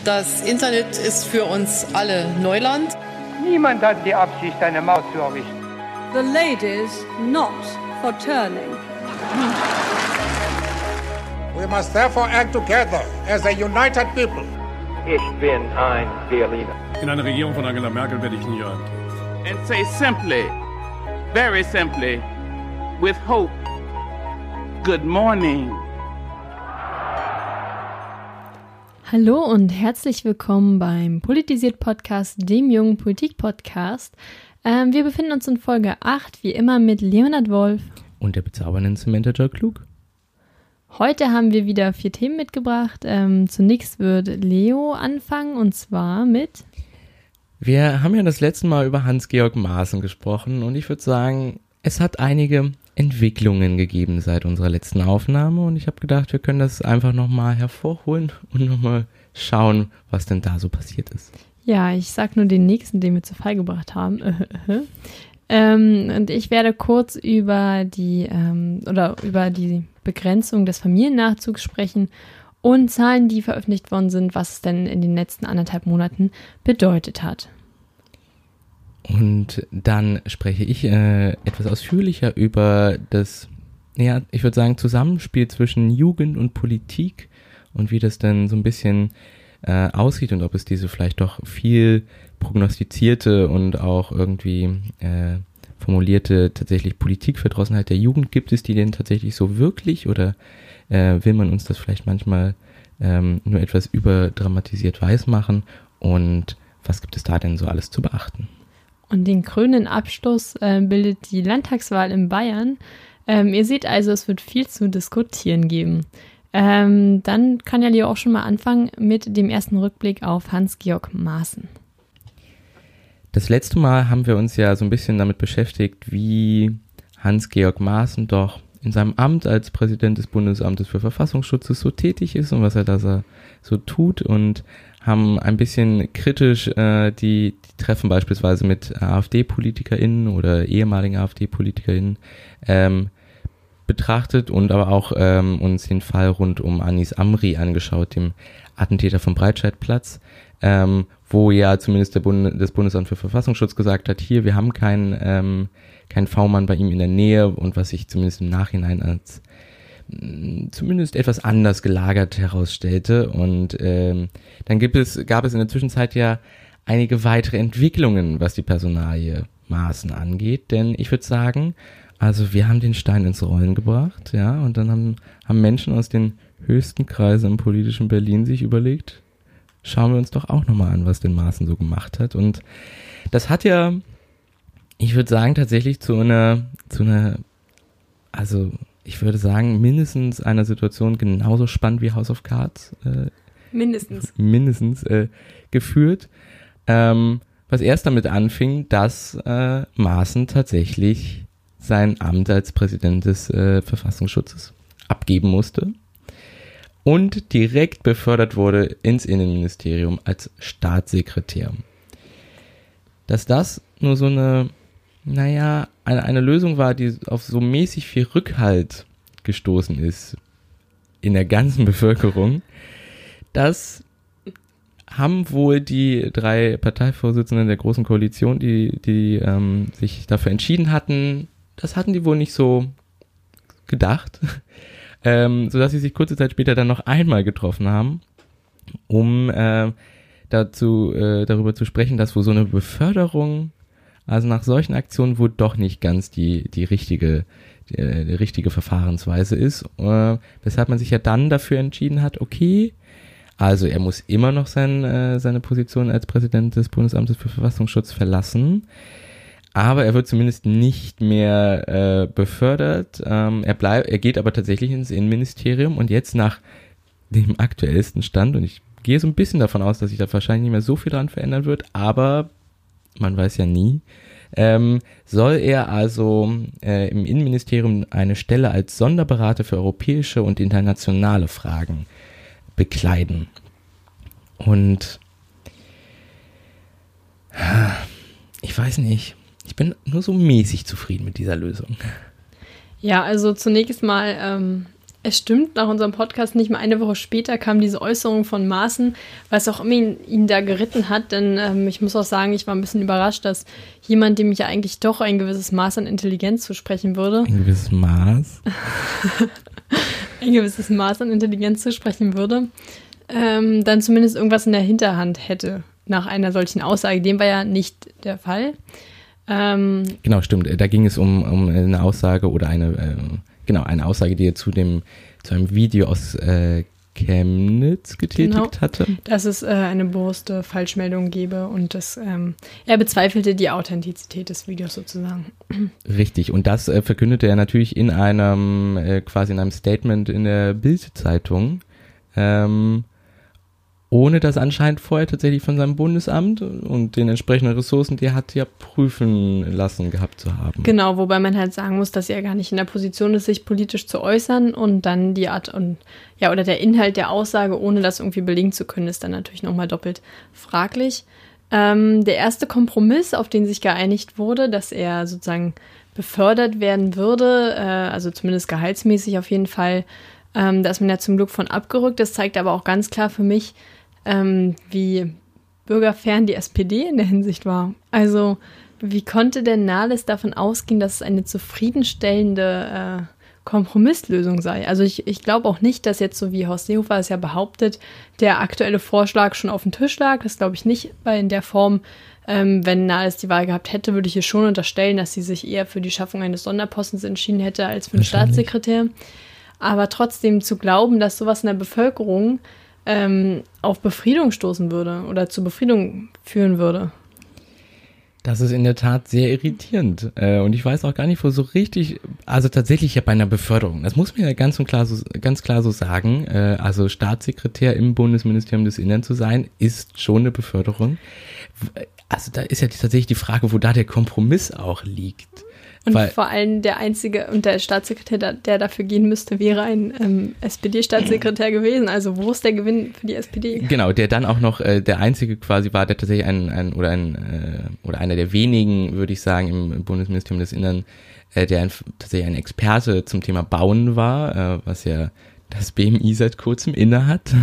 Das Internet ist für uns alle Neuland. Niemand hat die Absicht, eine Maut zu errichten. The ladies not for turning. We must therefore act together as a united people. Ich bin ein Berliner. In einer Regierung von Angela Merkel werde ich nie rein. And say simply, very simply, with hope, good morning. Hallo und herzlich willkommen beim Politisiert-Podcast, dem jungen Politik-Podcast. Wir befinden uns in Folge 8, wie immer mit Leonhard Wolf und der bezaubernden Samantha Joy Klug. Heute haben wir wieder 4 Themen mitgebracht. Zunächst wird Leo anfangen und zwar mit... Wir haben ja das letzte Mal über Hans-Georg Maaßen gesprochen und ich würde sagen, es hat einige Entwicklungen gegeben seit unserer letzten Aufnahme und ich habe gedacht, wir können das einfach nochmal hervorholen und nochmal schauen, was denn da so passiert ist. Ja, ich sag nur den nächsten, den wir zu Fall gebracht haben. Und ich werde kurz über die Begrenzung des Familiennachzugs sprechen und Zahlen, die veröffentlicht worden sind, was es denn in den letzten 1,5 Monaten bedeutet hat. Und dann spreche ich etwas ausführlicher über das, ja, ich würde sagen, Zusammenspiel zwischen Jugend und Politik und wie das dann so ein bisschen aussieht und ob es diese vielleicht doch viel prognostizierte und auch irgendwie formulierte tatsächlich Politikverdrossenheit der Jugend gibt es die denn tatsächlich so wirklich oder will man uns das vielleicht manchmal nur etwas überdramatisiert weismachen und was gibt es da denn so alles zu beachten? Und den krönenden Abschluss bildet die Landtagswahl in Bayern. Ihr seht also, es wird viel zu diskutieren geben. Dann kann ja Leo auch schon mal anfangen mit dem ersten Rückblick auf Hans-Georg Maaßen. Das letzte Mal haben wir uns ja so ein bisschen damit beschäftigt, wie Hans-Georg Maaßen doch in seinem Amt als Präsident des Bundesamtes für Verfassungsschutz so tätig ist und was er da so tut und haben ein bisschen kritisch die Treffen beispielsweise mit AfD-PolitikerInnen oder ehemaligen AfD-PolitikerInnen betrachtet und aber auch uns den Fall rund um Anis Amri angeschaut, dem Attentäter vom Breitscheidplatz, wo ja zumindest das Bundesamt für Verfassungsschutz gesagt hat, hier, wir haben keinen V-Mann bei ihm in der Nähe und was sich zumindest im Nachhinein als zumindest etwas anders gelagert herausstellte und dann gab es in der Zwischenzeit ja einige weitere Entwicklungen, was die Personalie Maaßen angeht, denn ich würde sagen, also wir haben den Stein ins Rollen gebracht, ja, und dann haben Menschen aus den höchsten Kreisen im politischen Berlin sich überlegt, schauen wir uns doch auch nochmal an, was denn Maaßen so gemacht hat und das hat ja, ich würde sagen, tatsächlich zu einer, also ich würde sagen, mindestens einer Situation genauso spannend wie House of Cards mindestens geführt, was erst damit anfing, dass Maaßen tatsächlich sein Amt als Präsident des Verfassungsschutzes abgeben musste und direkt befördert wurde ins Innenministerium als Staatssekretär. Dass das nur so eine Lösung war, die auf so mäßig viel Rückhalt gestoßen ist in der ganzen Bevölkerung, das haben wohl die 3 Parteivorsitzenden der Großen Koalition, die sich dafür entschieden hatten, das hatten die wohl nicht so gedacht, sodass sie sich kurze Zeit später dann noch einmal getroffen haben, um darüber zu sprechen, dass wohl so eine Beförderung, also nach solchen Aktionen wohl doch nicht ganz die richtige Verfahrensweise ist, weshalb man sich ja dann dafür entschieden hat, okay, also er muss immer noch seine Position als Präsident des Bundesamtes für Verfassungsschutz verlassen, aber er wird zumindest nicht mehr befördert, er geht aber tatsächlich ins Innenministerium und jetzt nach dem aktuellsten Stand, und ich gehe so ein bisschen davon aus, dass sich da wahrscheinlich nicht mehr so viel dran verändern wird, aber man weiß ja nie, soll er also im Innenministerium eine Stelle als Sonderberater für europäische und internationale Fragen bekleiden. Und ich weiß nicht, ich bin nur so mäßig zufrieden mit dieser Lösung. Ja, also zunächst mal Es stimmt, nach unserem Podcast nicht mal eine Woche später kam diese Äußerung von Maaßen, was auch immer ihn da geritten hat, denn ich muss auch sagen, ich war ein bisschen überrascht, dass jemand, dem ich ja eigentlich doch ein gewisses Maß an Intelligenz zusprechen würde. Ein gewisses Maß? Ein gewisses Maß an Intelligenz zusprechen würde, dann zumindest irgendwas in der Hinterhand hätte nach einer solchen Aussage. Dem war ja nicht der Fall. Genau, stimmt. Da ging es um eine Aussage oder eine Aussage, die er zu einem Video aus Chemnitz getätigt hatte. Dass es eine bewusste Falschmeldung gebe und er bezweifelte die Authentizität des Videos sozusagen. Richtig, und das verkündete er natürlich in einem Statement in der Bild-Zeitung, ohne das anscheinend vorher tatsächlich von seinem Bundesamt und den entsprechenden Ressourcen, die er hat, ja prüfen lassen gehabt zu haben. Genau, wobei man halt sagen muss, dass er gar nicht in der Position ist, sich politisch zu äußern und dann die Art oder der Inhalt der Aussage, ohne das irgendwie belegen zu können, ist dann natürlich nochmal doppelt fraglich. Der erste Kompromiss, auf den sich geeinigt wurde, dass er sozusagen befördert werden würde, also zumindest gehaltsmäßig auf jeden Fall, da ist man ja zum Glück von abgerückt. Das zeigt aber auch ganz klar für mich, wie bürgerfern die SPD in der Hinsicht war. Also wie konnte denn Nahles davon ausgehen, dass es eine zufriedenstellende Kompromisslösung sei? Also ich glaube auch nicht, dass jetzt so wie Horst Seehofer es ja behauptet, der aktuelle Vorschlag schon auf dem Tisch lag. Das glaube ich nicht, weil in der Form, wenn Nahles die Wahl gehabt hätte, würde ich ihr schon unterstellen, dass sie sich eher für die Schaffung eines Sonderpostens entschieden hätte als für einen Staatssekretär. Aber trotzdem zu glauben, dass sowas in der Bevölkerung auf Befriedung stoßen würde oder zu Befriedung führen würde. Das ist in der Tat sehr irritierend. Und ich weiß auch gar nicht, wo so richtig, also tatsächlich ja bei einer Beförderung, das muss man ja ganz klar so sagen, also Staatssekretär im Bundesministerium des Innern zu sein, ist schon eine Beförderung. Also da ist ja tatsächlich die Frage, wo da der Kompromiss auch liegt. Und vor allem der einzige und der Staatssekretär, der dafür gehen müsste, wäre ein SPD-Staatssekretär gewesen. Also wo ist der Gewinn für die SPD? Genau, der dann auch noch der einzige quasi war, der tatsächlich oder einer der wenigen, würde ich sagen, im Bundesministerium des Innern, der tatsächlich ein Experte zum Thema Bauen war, was ja das BMI seit kurzem inne hat.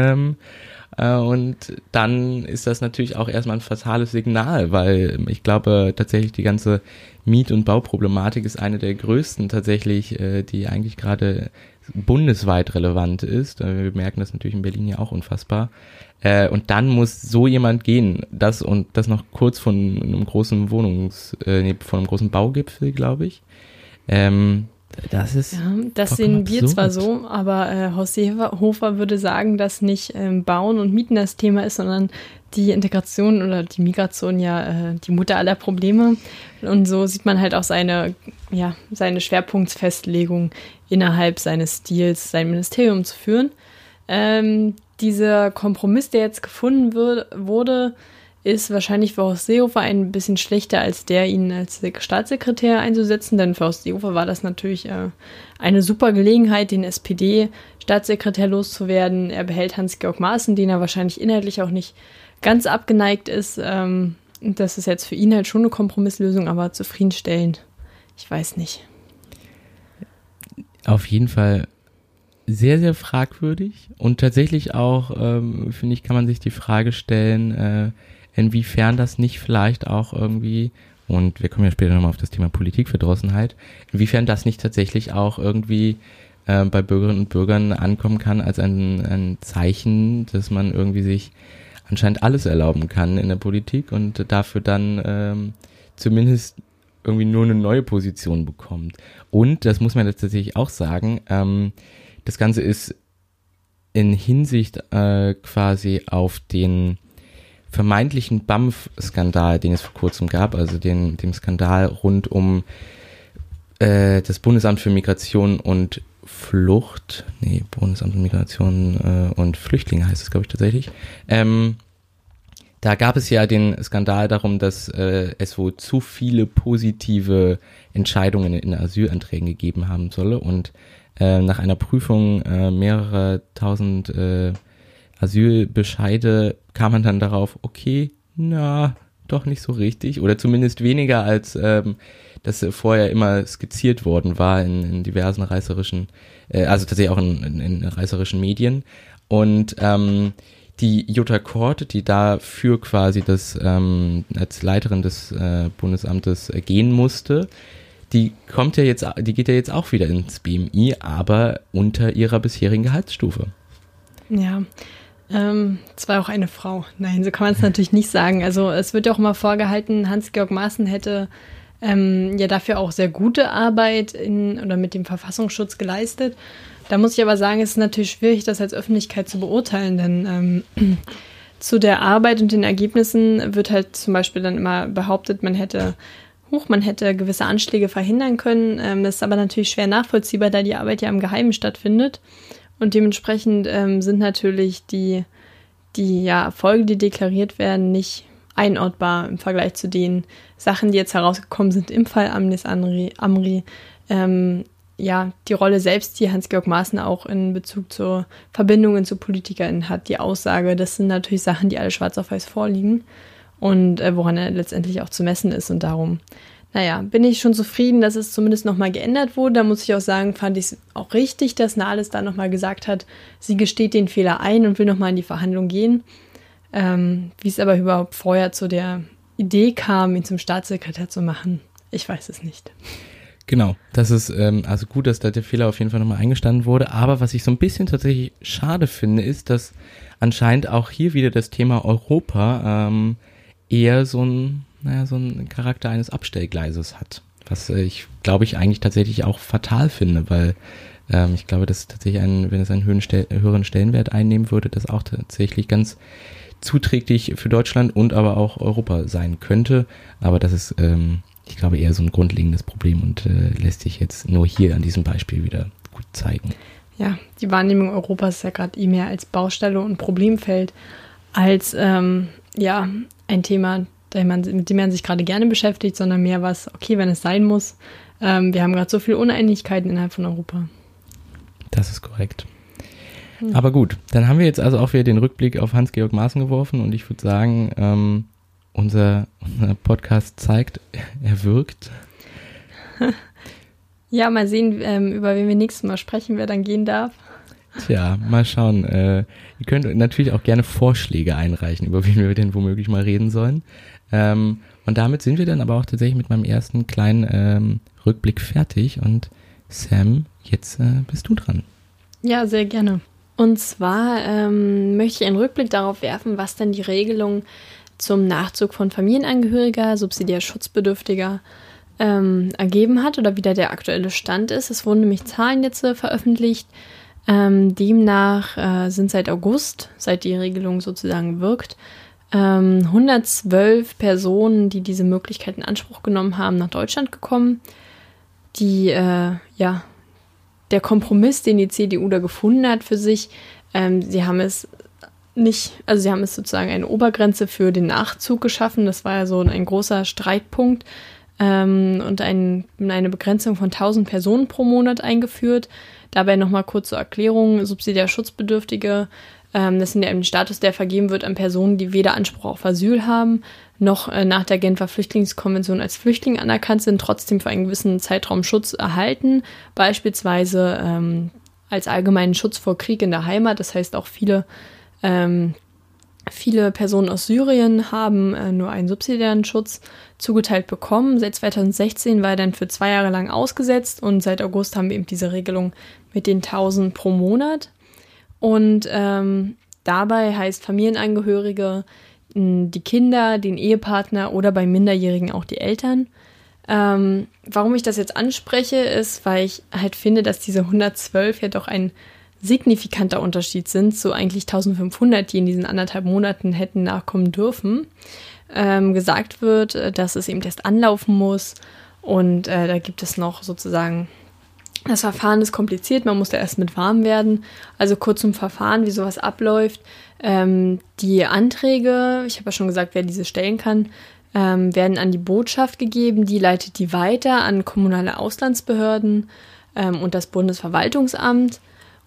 Und dann ist das natürlich auch erstmal ein fatales Signal, weil ich glaube tatsächlich die ganze Miet- und Bauproblematik ist eine der größten tatsächlich, die eigentlich gerade bundesweit relevant ist. Wir merken das natürlich in Berlin ja auch unfassbar. Und dann muss so jemand gehen, das noch kurz von einem großen von einem großen Baugipfel, glaube ich. Das ist das sehen wir zwar so, aber Horst Seehofer würde sagen, dass nicht Bauen und Mieten das Thema ist, sondern die Integration oder die Migration ja die Mutter aller Probleme. Und so sieht man halt auch seine Schwerpunktsfestlegung innerhalb seines Stils, sein Ministerium zu führen. Dieser Kompromiss, der jetzt gefunden wurde, ist wahrscheinlich für Horst Seehofer ein bisschen schlechter, als ihn als Staatssekretär einzusetzen, denn für Horst Seehofer war das natürlich eine super Gelegenheit, den SPD-Staatssekretär loszuwerden. Er behält Hans-Georg Maaßen, den er wahrscheinlich inhaltlich auch nicht ganz abgeneigt ist. Das ist jetzt für ihn halt schon eine Kompromisslösung, aber zufriedenstellend, ich weiß nicht. Auf jeden Fall sehr, sehr fragwürdig und tatsächlich auch, finde ich, kann man sich die Frage stellen, inwiefern das nicht vielleicht auch irgendwie, und wir kommen ja später nochmal auf das Thema Politikverdrossenheit, inwiefern das nicht tatsächlich auch irgendwie bei Bürgerinnen und Bürgern ankommen kann als ein Zeichen, dass man irgendwie sich anscheinend alles erlauben kann in der Politik und dafür dann zumindest irgendwie nur eine neue Position bekommt. Und, das muss man jetzt tatsächlich auch sagen, das Ganze ist in Hinsicht quasi auf den vermeintlichen BAMF-Skandal, den es vor kurzem gab, also dem Skandal rund um das Bundesamt für Migration und Bundesamt für Migration und Flüchtlinge heißt es, glaube ich, tatsächlich. Da gab es ja den Skandal darum, dass es wohl zu viele positive Entscheidungen in Asylanträgen gegeben haben solle und nach einer Prüfung mehrerer tausend Asylbescheide kam man dann darauf, okay, doch nicht so richtig oder zumindest weniger als das vorher immer skizziert worden war in diversen reißerischen, also tatsächlich auch in reißerischen Medien. Und die Jutta Kort, die dafür quasi das als Leiterin des Bundesamtes gehen musste, die geht ja jetzt auch wieder ins BMI, aber unter ihrer bisherigen Gehaltsstufe. Ja, es war auch eine Frau. Nein, so kann man es natürlich nicht sagen. Also es wird ja auch immer vorgehalten, Hans-Georg Maaßen hätte ja dafür auch sehr gute Arbeit oder mit dem Verfassungsschutz geleistet. Da muss ich aber sagen, es ist natürlich schwierig, das als Öffentlichkeit zu beurteilen, denn zu der Arbeit und den Ergebnissen wird halt zum Beispiel dann immer behauptet, man hätte gewisse Anschläge verhindern können. Das ist aber natürlich schwer nachvollziehbar, da die Arbeit ja im Geheimen stattfindet. Und dementsprechend sind natürlich die Erfolge, die deklariert werden, nicht einordbar im Vergleich zu den Sachen, die jetzt herausgekommen sind im Fall Anis Amri. Die Rolle selbst, die Hans-Georg Maaßen auch in Bezug zur Verbindungen zu PolitikerInnen hat, die Aussage, das sind natürlich Sachen, die alle schwarz auf weiß vorliegen und woran er letztendlich auch zu messen ist. Und darum, bin ich schon zufrieden, dass es zumindest nochmal geändert wurde. Da muss ich auch sagen, fand ich es auch richtig, dass Nahles da nochmal gesagt hat, sie gesteht den Fehler ein und will nochmal in die Verhandlung gehen. Wie es aber überhaupt vorher zu der Idee kam, ihn zum Staatssekretär zu machen, ich weiß es nicht. Genau, das ist also gut, dass da der Fehler auf jeden Fall nochmal eingestanden wurde. Aber was ich so ein bisschen tatsächlich schade finde, ist, dass anscheinend auch hier wieder das Thema Europa eher so ein Charakter eines Abstellgleises hat. Was ich eigentlich tatsächlich auch fatal finde, weil ich glaube, dass tatsächlich wenn es einen höheren Stellenwert einnehmen würde, das auch tatsächlich ganz zuträglich für Deutschland und aber auch Europa sein könnte. Aber das ist, ich glaube, eher so ein grundlegendes Problem und lässt sich jetzt nur hier an diesem Beispiel wieder gut zeigen. Ja, die Wahrnehmung Europas ist ja gerade mehr als Baustelle und Problemfeld als ein Thema, mit dem man sich gerade gerne beschäftigt, sondern mehr wenn es sein muss. Wir haben gerade so viele Uneinigkeiten innerhalb von Europa. Das ist korrekt. Aber gut, dann haben wir jetzt also auch wieder den Rückblick auf Hans-Georg Maaßen geworfen und ich würde sagen, unser Podcast zeigt, er wirkt. Ja, mal sehen, über wen wir nächstes Mal sprechen, wer dann gehen darf. Tja, mal schauen. Ihr könnt natürlich auch gerne Vorschläge einreichen, über wen wir denn womöglich mal reden sollen. Und damit sind wir dann aber auch tatsächlich mit meinem ersten kleinen Rückblick fertig. Und Sam, jetzt bist du dran. Ja, sehr gerne. Und zwar möchte ich einen Rückblick darauf werfen, was denn die Regelung zum Nachzug von Familienangehöriger, subsidiär Schutzbedürftiger ergeben hat oder wie da der aktuelle Stand ist. Es wurden nämlich Zahlen jetzt veröffentlicht. Demnach sind seit August, seit die Regelung sozusagen wirkt, 112 Personen, die diese Möglichkeit in Anspruch genommen haben, nach Deutschland gekommen. Der Kompromiss, den die CDU da gefunden hat für sich, sie haben es sozusagen eine Obergrenze für den Nachzug geschaffen. Das war ja so ein großer Streitpunkt und eine Begrenzung von 1000 Personen pro Monat eingeführt. Dabei nochmal kurz zur Erklärung, subsidiär Schutzbedürftige, das sind ja ein Status, der vergeben wird an Personen, die weder Anspruch auf Asyl haben, noch nach der Genfer Flüchtlingskonvention als Flüchtling anerkannt sind, trotzdem für einen gewissen Zeitraum Schutz erhalten, beispielsweise als allgemeinen Schutz vor Krieg in der Heimat. Das heißt auch viele Personen aus Syrien haben nur einen subsidiären Schutz zugeteilt bekommen. Seit 2016 war er dann für 2 Jahre lang ausgesetzt und seit August haben wir eben diese Regelung mit den 1000 pro Monat. Und dabei heißt Familienangehörige die Kinder, den Ehepartner oder bei Minderjährigen auch die Eltern. Warum ich das jetzt anspreche, ist, weil ich halt finde, dass diese 112 ja doch ein signifikanter Unterschied sind zu eigentlich 1500, die in diesen 1,5 Monaten hätten nachkommen dürfen. Gesagt wird, dass es eben erst anlaufen muss und da gibt es noch sozusagen, das Verfahren ist kompliziert, man muss da erst mit warm werden. Also kurz zum Verfahren, wie sowas abläuft. Die Anträge, ich habe ja schon gesagt, wer diese stellen kann, werden an die Botschaft gegeben, die leitet die weiter an kommunale Auslandsbehörden und das Bundesverwaltungsamt.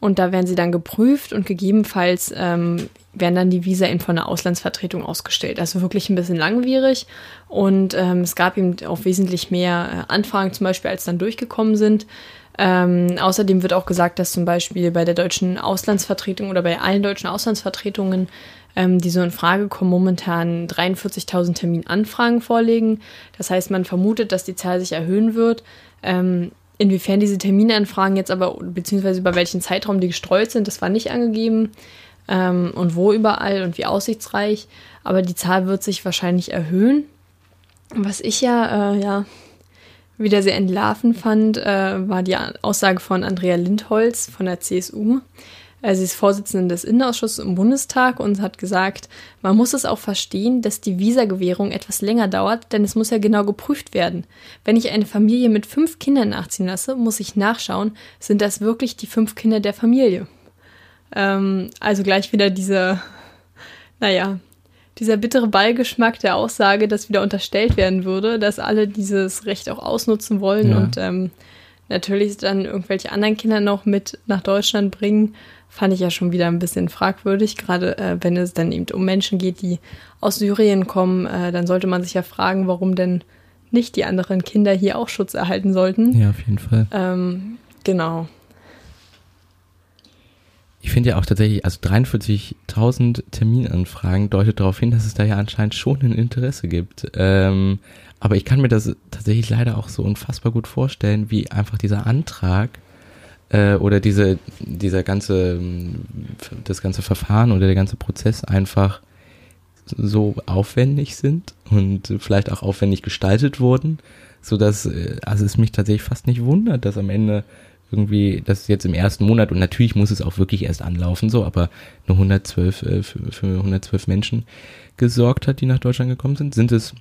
Und da werden sie dann geprüft und gegebenenfalls werden dann die Visa eben von einer Auslandsvertretung ausgestellt. Also wirklich ein bisschen langwierig. Und es gab eben auch wesentlich mehr Anfragen zum Beispiel, als dann durchgekommen sind. Außerdem wird auch gesagt, dass zum Beispiel bei der deutschen Auslandsvertretung oder bei allen deutschen Auslandsvertretungen, die so in Frage kommen, momentan 43.000 Terminanfragen vorliegen. Das heißt, man vermutet, dass die Zahl sich erhöhen wird. Inwiefern diese Terminanfragen jetzt aber, beziehungsweise über welchen Zeitraum die gestreut sind, das war nicht angegeben. Und wo überall und wie aussichtsreich. Aber die Zahl wird sich wahrscheinlich erhöhen. Was ich wieder sehr entlarvend fand, war die Aussage von Andrea Lindholz von der CSU. Sie ist Vorsitzende des Innenausschusses im Bundestag und hat gesagt, man muss es auch verstehen, dass die Visagewährung etwas länger dauert, denn es muss ja genau geprüft werden. Wenn ich eine Familie mit 5 Kindern nachziehen lasse, muss ich nachschauen, sind das wirklich die 5 Kinder der Familie? Also gleich wieder dieser bittere Beigeschmack der Aussage, dass wieder unterstellt werden würde, dass alle dieses Recht auch ausnutzen wollen und natürlich dann irgendwelche anderen Kinder noch mit nach Deutschland bringen, fand ich ja schon wieder ein bisschen fragwürdig, gerade wenn es dann eben um Menschen geht, die aus Syrien kommen, dann sollte man sich ja fragen, warum denn nicht die anderen Kinder hier auch Schutz erhalten sollten. Ja, auf jeden Fall. Genau. Ich finde ja auch tatsächlich, also 43.000 Terminanfragen deutet darauf hin, dass es da ja anscheinend schon ein Interesse gibt. Aber ich kann mir das tatsächlich leider auch so unfassbar gut vorstellen, wie einfach dieser Antrag oder das ganze Verfahren oder der ganze Prozess einfach so aufwendig sind und vielleicht auch aufwendig gestaltet wurden, sodass es mich tatsächlich fast nicht wundert, dass am Ende irgendwie, das jetzt im ersten Monat, und natürlich muss es auch wirklich erst anlaufen, so, aber nur 112 Menschen gesorgt hat, die nach Deutschland gekommen sind. Sind es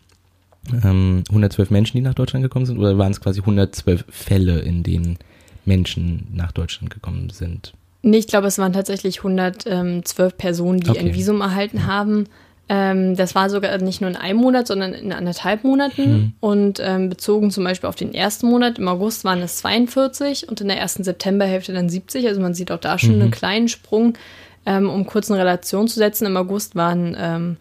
112 Menschen, die nach Deutschland gekommen sind, oder waren es quasi 112 Fälle, in denen Menschen nach Deutschland gekommen sind? Nee, ich glaube, es waren tatsächlich 112 Personen, die ein Visum erhalten haben. Das war sogar nicht nur in einem Monat, sondern in 1,5 Monaten. Und bezogen zum Beispiel auf den ersten Monat, im August waren es 42 und in der ersten Septemberhälfte dann 70. Also man sieht auch da schon einen kleinen Sprung, um kurz in Relation zu setzen. Im August waren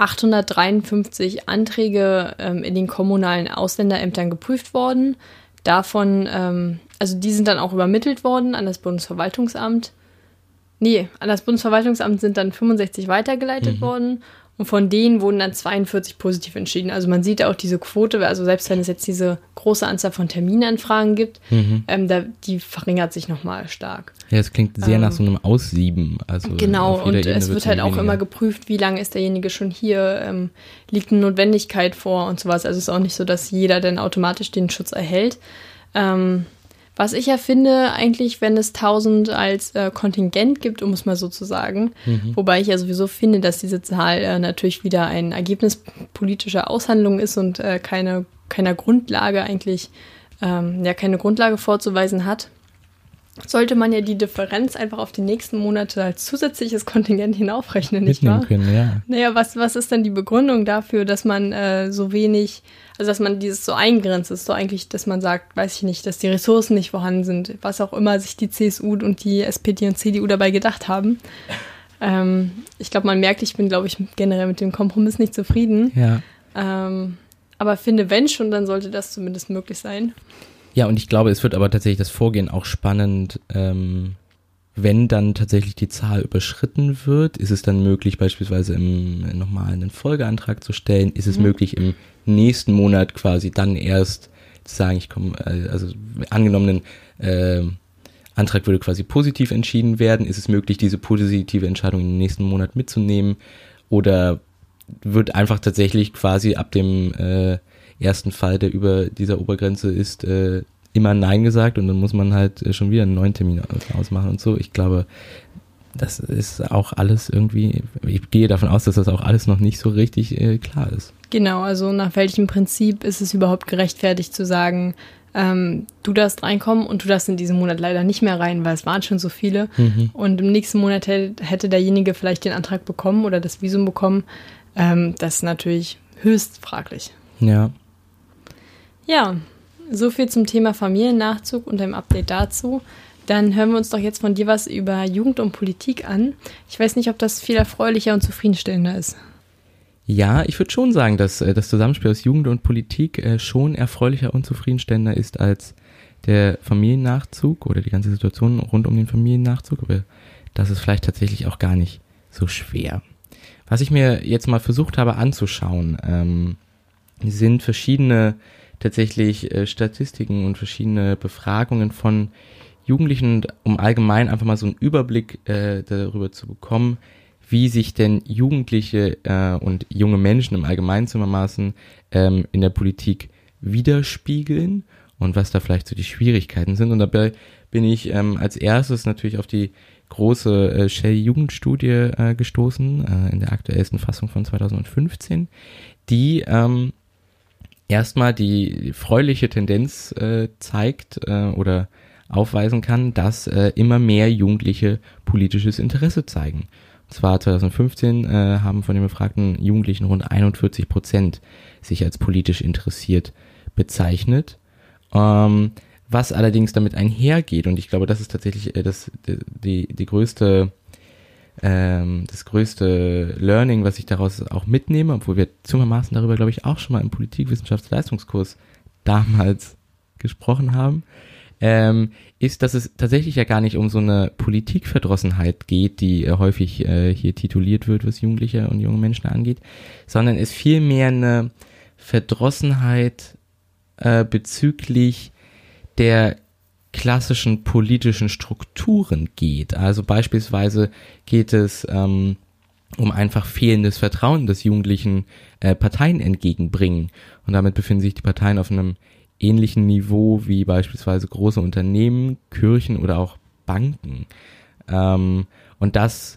853 Anträge in den kommunalen Ausländerämtern geprüft worden. Davon, also die sind dann auch übermittelt worden an das Bundesverwaltungsamt. Nee, an das Bundesverwaltungsamt sind dann 65 weitergeleitet worden. Und von denen wurden dann 42 positiv entschieden. Also man sieht auch diese Quote, also selbst wenn es jetzt diese große Anzahl von Terminanfragen gibt, die verringert sich nochmal stark. Ja, es klingt sehr nach so einem Aussieben. Also genau, und es wird halt auch immer geprüft, wie lange ist derjenige schon hier, liegt eine Notwendigkeit vor und sowas. Also es ist auch nicht so, dass jeder dann automatisch den Schutz erhält. Was ich ja finde, eigentlich, wenn es 1000 als Kontingent gibt, um es mal so zu sagen, wobei ich ja sowieso finde, dass diese Zahl natürlich wieder ein Ergebnis politischer Aushandlungen ist und keiner Grundlage eigentlich, keine Grundlage vorzuweisen hat, sollte man ja die Differenz einfach auf die nächsten Monate als zusätzliches Kontingent hinaufrechnen, nicht wahr? Können, ja. Naja, was ist denn die Begründung dafür, dass man so wenig, also dass man dieses so eingrenzt ist, so eigentlich, dass man sagt, weiß ich nicht, dass die Ressourcen nicht vorhanden sind, was auch immer sich die CSU und die SPD und CDU dabei gedacht haben. Ich glaube, man merkt, ich bin, glaube ich, generell mit dem Kompromiss nicht zufrieden. Ja. Aber finde, wenn schon, dann sollte das zumindest möglich sein. Ja, und ich glaube, es wird aber tatsächlich das Vorgehen auch spannend, wenn dann tatsächlich die Zahl überschritten wird. Ist es dann möglich, beispielsweise nochmal einen Folgeantrag zu stellen? Ist es möglich, im nächsten Monat quasi dann erst zu sagen, ich komme, also angenommenen Antrag würde quasi positiv entschieden werden? Ist es möglich, diese positive Entscheidung in den nächsten Monat mitzunehmen? Oder wird einfach tatsächlich quasi ab dem ersten Fall, der über dieser Obergrenze ist, immer Nein gesagt und dann muss man halt schon wieder einen neuen Termin ausmachen und so. Ich glaube, das ist auch alles irgendwie, ich gehe davon aus, dass das auch alles noch nicht so richtig klar ist. Genau, also nach welchem Prinzip ist es überhaupt gerechtfertigt zu sagen, du darfst reinkommen und du darfst in diesem Monat leider nicht mehr rein, weil es waren schon so viele und im nächsten Monat hätte derjenige vielleicht den Antrag bekommen oder das Visum bekommen. Das ist natürlich höchst fraglich. Ja. Ja, so viel zum Thema Familiennachzug und einem Update dazu. dann hören wir uns doch jetzt von dir was über Jugend und Politik an. Ich weiß nicht, ob das viel erfreulicher und zufriedenstellender ist. Ja, ich würde schon sagen, dass das Zusammenspiel aus Jugend und Politik schon erfreulicher und zufriedenstellender ist als der Familiennachzug oder die ganze Situation rund um den Familiennachzug. Aber das ist vielleicht tatsächlich auch gar nicht so schwer. Was ich mir jetzt mal versucht habe anzuschauen, sind verschiedene tatsächlich Statistiken und verschiedene Befragungen von Jugendlichen, um allgemein einfach mal so einen Überblick darüber zu bekommen, wie sich denn Jugendliche und junge Menschen im Allgemeinen zugegebenermaßen in der Politik widerspiegeln und was da vielleicht so die Schwierigkeiten sind. Und dabei bin ich als erstes natürlich auf die große Shell-Jugendstudie gestoßen, in der aktuellsten Fassung von 2015, die erstmal die erfreuliche Tendenz zeigt oder aufweisen kann, dass immer mehr Jugendliche politisches Interesse zeigen. Und zwar 2015 haben von den befragten Jugendlichen rund 41% sich als politisch interessiert bezeichnet. Was allerdings damit einhergeht, und ich glaube, das ist tatsächlich das größte Learning, was ich daraus auch mitnehme, obwohl wir zugegebenermaßen darüber, glaube ich, auch schon mal im Politikwissenschaftsleistungskurs damals gesprochen haben, ist, dass es tatsächlich ja gar nicht um so eine Politikverdrossenheit geht, die häufig hier tituliert wird, was Jugendliche und junge Menschen angeht, sondern es vielmehr eine Verdrossenheit bezüglich der klassischen politischen Strukturen geht. Also beispielsweise geht es um einfach fehlendes Vertrauen, das Jugendlichen Parteien entgegenbringen. Und damit befinden sich die Parteien auf einem ähnlichen Niveau wie beispielsweise große Unternehmen, Kirchen oder auch Banken. Und das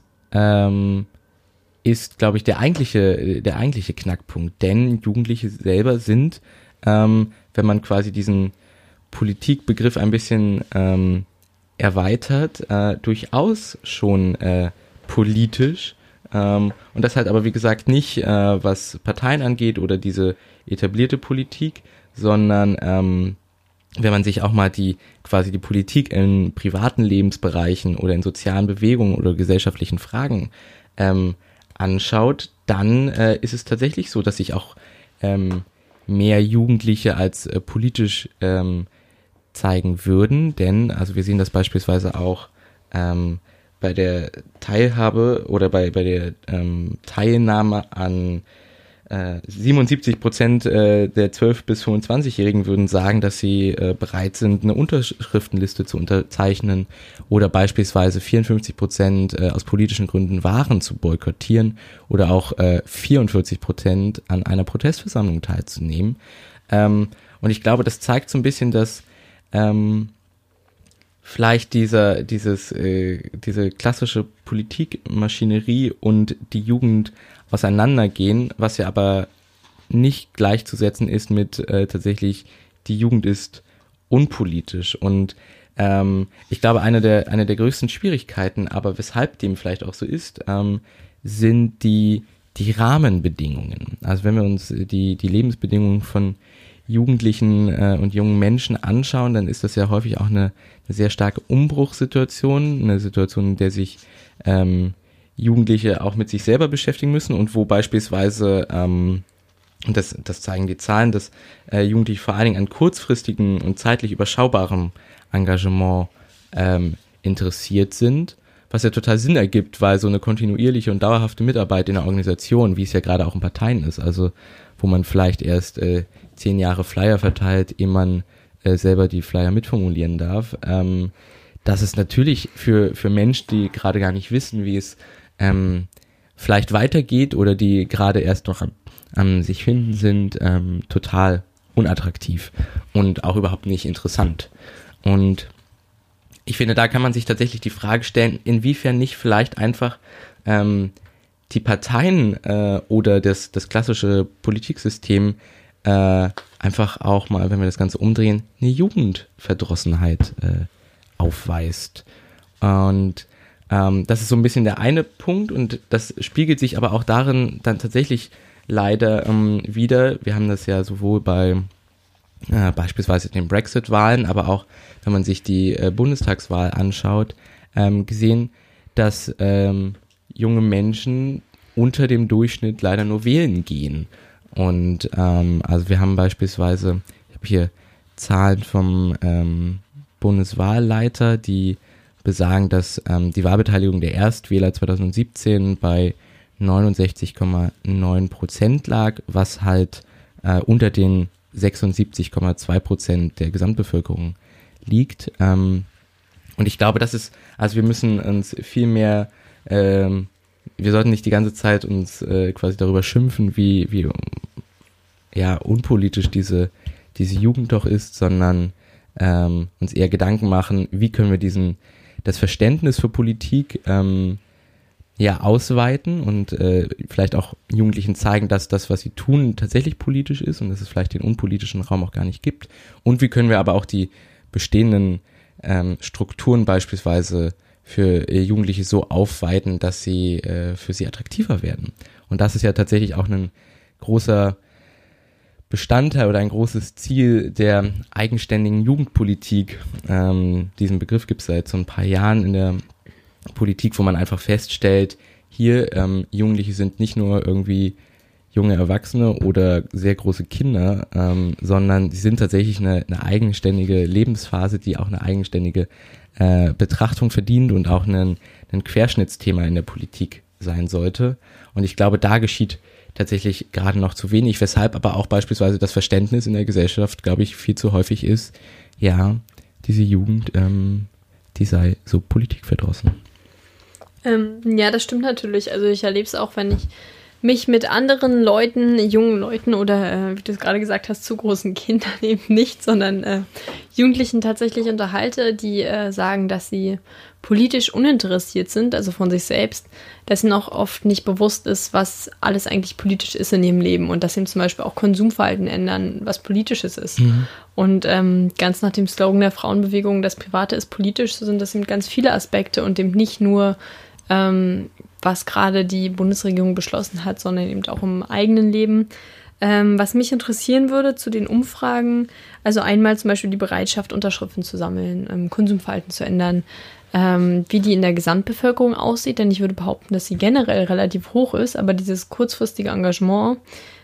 ist, glaube ich, der eigentliche Knackpunkt. Denn Jugendliche selber sind, wenn man quasi diesen Politikbegriff ein bisschen erweitert, durchaus schon politisch. Und das halt aber, wie gesagt, nicht was Parteien angeht oder diese etablierte Politik, sondern wenn man sich auch mal die Politik in privaten Lebensbereichen oder in sozialen Bewegungen oder gesellschaftlichen Fragen anschaut, dann ist es tatsächlich so, dass sich auch mehr Jugendliche als politisch zeigen würden, denn, also wir sehen das beispielsweise auch bei der Teilhabe oder bei der Teilnahme an 77% der 12- bis 25-Jährigen würden sagen, dass sie bereit sind, eine Unterschriftenliste zu unterzeichnen oder beispielsweise 54% aus politischen Gründen Waren zu boykottieren oder auch 44% an einer Protestversammlung teilzunehmen. Und ich glaube, das zeigt so ein bisschen, dass vielleicht diese klassische Politikmaschinerie und die Jugend auseinandergehen, was ja aber nicht gleichzusetzen ist mit tatsächlich, die Jugend ist unpolitisch. Und ich glaube, eine der größten Schwierigkeiten, aber weshalb dem vielleicht auch so ist, sind die Rahmenbedingungen. Also wenn wir uns die Lebensbedingungen von Jugendlichen und jungen Menschen anschauen, dann ist das ja häufig auch eine sehr starke Umbruchssituation, eine Situation, in der sich Jugendliche auch mit sich selber beschäftigen müssen und wo beispielsweise, und das zeigen die Zahlen, dass Jugendliche vor allen Dingen an kurzfristigen und zeitlich überschaubarem Engagement interessiert sind, was ja total Sinn ergibt, weil so eine kontinuierliche und dauerhafte Mitarbeit in einer Organisation, wie es ja gerade auch in Parteien ist, also wo man vielleicht erst 10 Jahre Flyer verteilt, ehe man selber die Flyer mitformulieren darf, dass es natürlich für Menschen, die gerade gar nicht wissen, wie es vielleicht weitergeht oder die gerade erst noch am sich finden sind, total unattraktiv und auch überhaupt nicht interessant. Und ich finde, da kann man sich tatsächlich die Frage stellen, inwiefern nicht vielleicht einfach die Parteien oder das klassische Politiksystem einfach auch mal, wenn wir das Ganze umdrehen, eine Jugendverdrossenheit aufweist. Und das ist so ein bisschen der eine Punkt und das spiegelt sich aber auch darin dann tatsächlich leider wieder. Wir haben das ja sowohl bei beispielsweise den Brexit-Wahlen, aber auch, wenn man sich die Bundestagswahl anschaut, gesehen, dass junge Menschen unter dem Durchschnitt leider nur wählen gehen. Und also wir haben beispielsweise, ich habe hier Zahlen vom Bundeswahlleiter, die besagen, dass die Wahlbeteiligung der Erstwähler 2017 bei 69,9% lag, was halt unter den 76,2% der Gesamtbevölkerung liegt. Und ich glaube, das ist, also wir müssen uns viel mehr, wir sollten nicht die ganze Zeit uns quasi darüber schimpfen, wie ja, unpolitisch diese Jugend doch ist, sondern uns eher Gedanken machen, wie können wir das Verständnis für Politik ausweiten und vielleicht auch Jugendlichen zeigen, dass das, was sie tun, tatsächlich politisch ist und dass es vielleicht den unpolitischen Raum auch gar nicht gibt. Und wie können wir aber auch die bestehenden Strukturen beispielsweise für Jugendliche so aufweiten, dass sie für sie attraktiver werden. Und das ist ja tatsächlich auch ein großer Bestandteil oder ein großes Ziel der eigenständigen Jugendpolitik. Diesen Begriff gibt es seit so ein paar Jahren in der Politik, wo man einfach feststellt, hier Jugendliche sind nicht nur irgendwie junge Erwachsene oder sehr große Kinder, sondern sie sind tatsächlich eine eigenständige Lebensphase, die auch eine eigenständige Betrachtung verdient und auch ein Querschnittsthema in der Politik sein sollte. Und ich glaube, da geschieht tatsächlich gerade noch zu wenig, weshalb aber auch beispielsweise das Verständnis in der Gesellschaft, glaube ich, viel zu häufig ist, ja, diese Jugend, die sei so politikverdrossen. Ja, das stimmt natürlich. Also ich erlebe es auch, wenn ich mich mit anderen Leuten, jungen Leuten oder, wie du es gerade gesagt hast, zu großen Kindern eben nicht, sondern Jugendlichen tatsächlich unterhalte, die sagen, dass sie politisch uninteressiert sind, also von sich selbst, dass ihnen auch oft nicht bewusst ist, was alles eigentlich politisch ist in ihrem Leben und dass sie zum Beispiel auch Konsumverhalten ändern, was Politisches ist. Mhm. Und ganz nach dem Slogan der Frauenbewegung, das Private ist politisch, so sind das eben ganz viele Aspekte und eben nicht nur was gerade die Bundesregierung beschlossen hat, sondern eben auch im eigenen Leben. Was mich interessieren würde zu den Umfragen, also einmal zum Beispiel die Bereitschaft, Unterschriften zu sammeln, Konsumverhalten zu ändern, wie die in der Gesamtbevölkerung aussieht, denn ich würde behaupten, dass sie generell relativ hoch ist, aber dieses kurzfristige Engagement,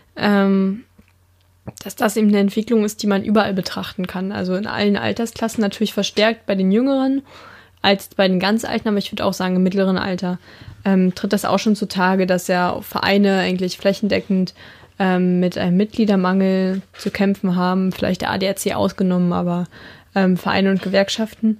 dass das eben eine Entwicklung ist, die man überall betrachten kann, also in allen Altersklassen, natürlich verstärkt bei den Jüngeren, als bei den ganz Alten, aber ich würde auch sagen, im mittleren Alter tritt das auch schon zutage, dass ja Vereine eigentlich flächendeckend mit einem Mitgliedermangel zu kämpfen haben, vielleicht der ADAC ausgenommen, aber Vereine und Gewerkschaften.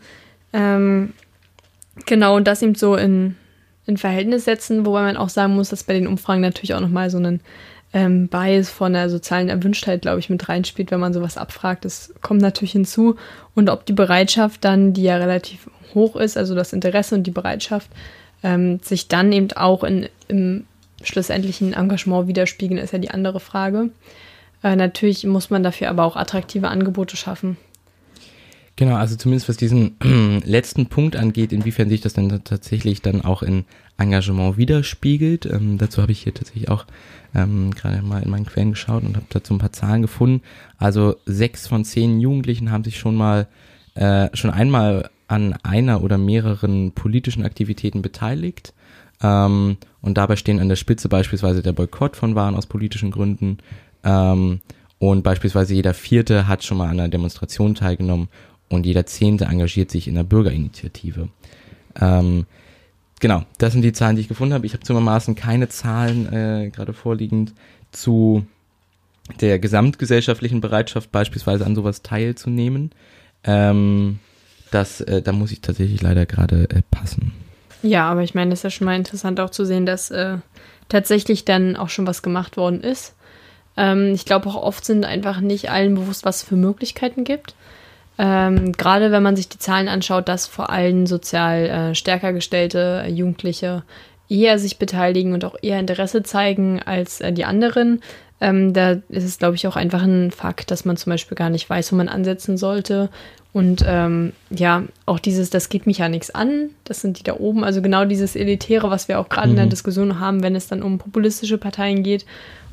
Genau, und das eben so in Verhältnis setzen, wobei man auch sagen muss, dass bei den Umfragen natürlich auch nochmal so einen Bias von der sozialen Erwünschtheit, glaube ich, mit reinspielt, wenn man sowas abfragt. Das kommt natürlich hinzu. Und ob die Bereitschaft dann, die ja relativ hoch ist, also das Interesse und die Bereitschaft, sich dann eben auch im schlussendlichen Engagement widerspiegeln, ist ja die andere Frage. Natürlich muss man dafür aber auch attraktive Angebote schaffen. Genau, also zumindest was diesen letzten Punkt angeht, inwiefern sich das dann tatsächlich dann auch in Engagement widerspiegelt. Dazu habe ich hier tatsächlich auch gerade mal in meinen Quellen geschaut und habe dazu ein paar Zahlen gefunden. Also 6 von 10 Jugendlichen haben sich schon einmal an einer oder mehreren politischen Aktivitäten beteiligt. Und dabei stehen an der Spitze beispielsweise der Boykott von Waren aus politischen Gründen. Und beispielsweise jeder 4. hat schon mal an einer Demonstration teilgenommen und jeder 10. engagiert sich in einer Bürgerinitiative. Genau, das sind die Zahlen, die ich gefunden habe. Ich habe zugegebenermaßen keine Zahlen gerade vorliegend zu der gesamtgesellschaftlichen Bereitschaft, beispielsweise an sowas teilzunehmen. Da muss ich tatsächlich leider gerade passen. Ja, aber ich meine, das ist ja schon mal interessant auch zu sehen, dass tatsächlich dann auch schon was gemacht worden ist. Ich glaube auch oft sind einfach nicht allen bewusst, was es für Möglichkeiten gibt. Gerade wenn man sich die Zahlen anschaut, dass vor allem sozial stärker gestellte Jugendliche eher sich beteiligen und auch eher Interesse zeigen als die anderen. Da ist es, glaube ich, auch einfach ein Fakt, dass man zum Beispiel gar nicht weiß, wo man ansetzen sollte. Und auch das geht mich ja nichts an, das sind die da oben. Also genau dieses Elitäre, was wir auch gerade in der Diskussion haben, wenn es dann um populistische Parteien geht.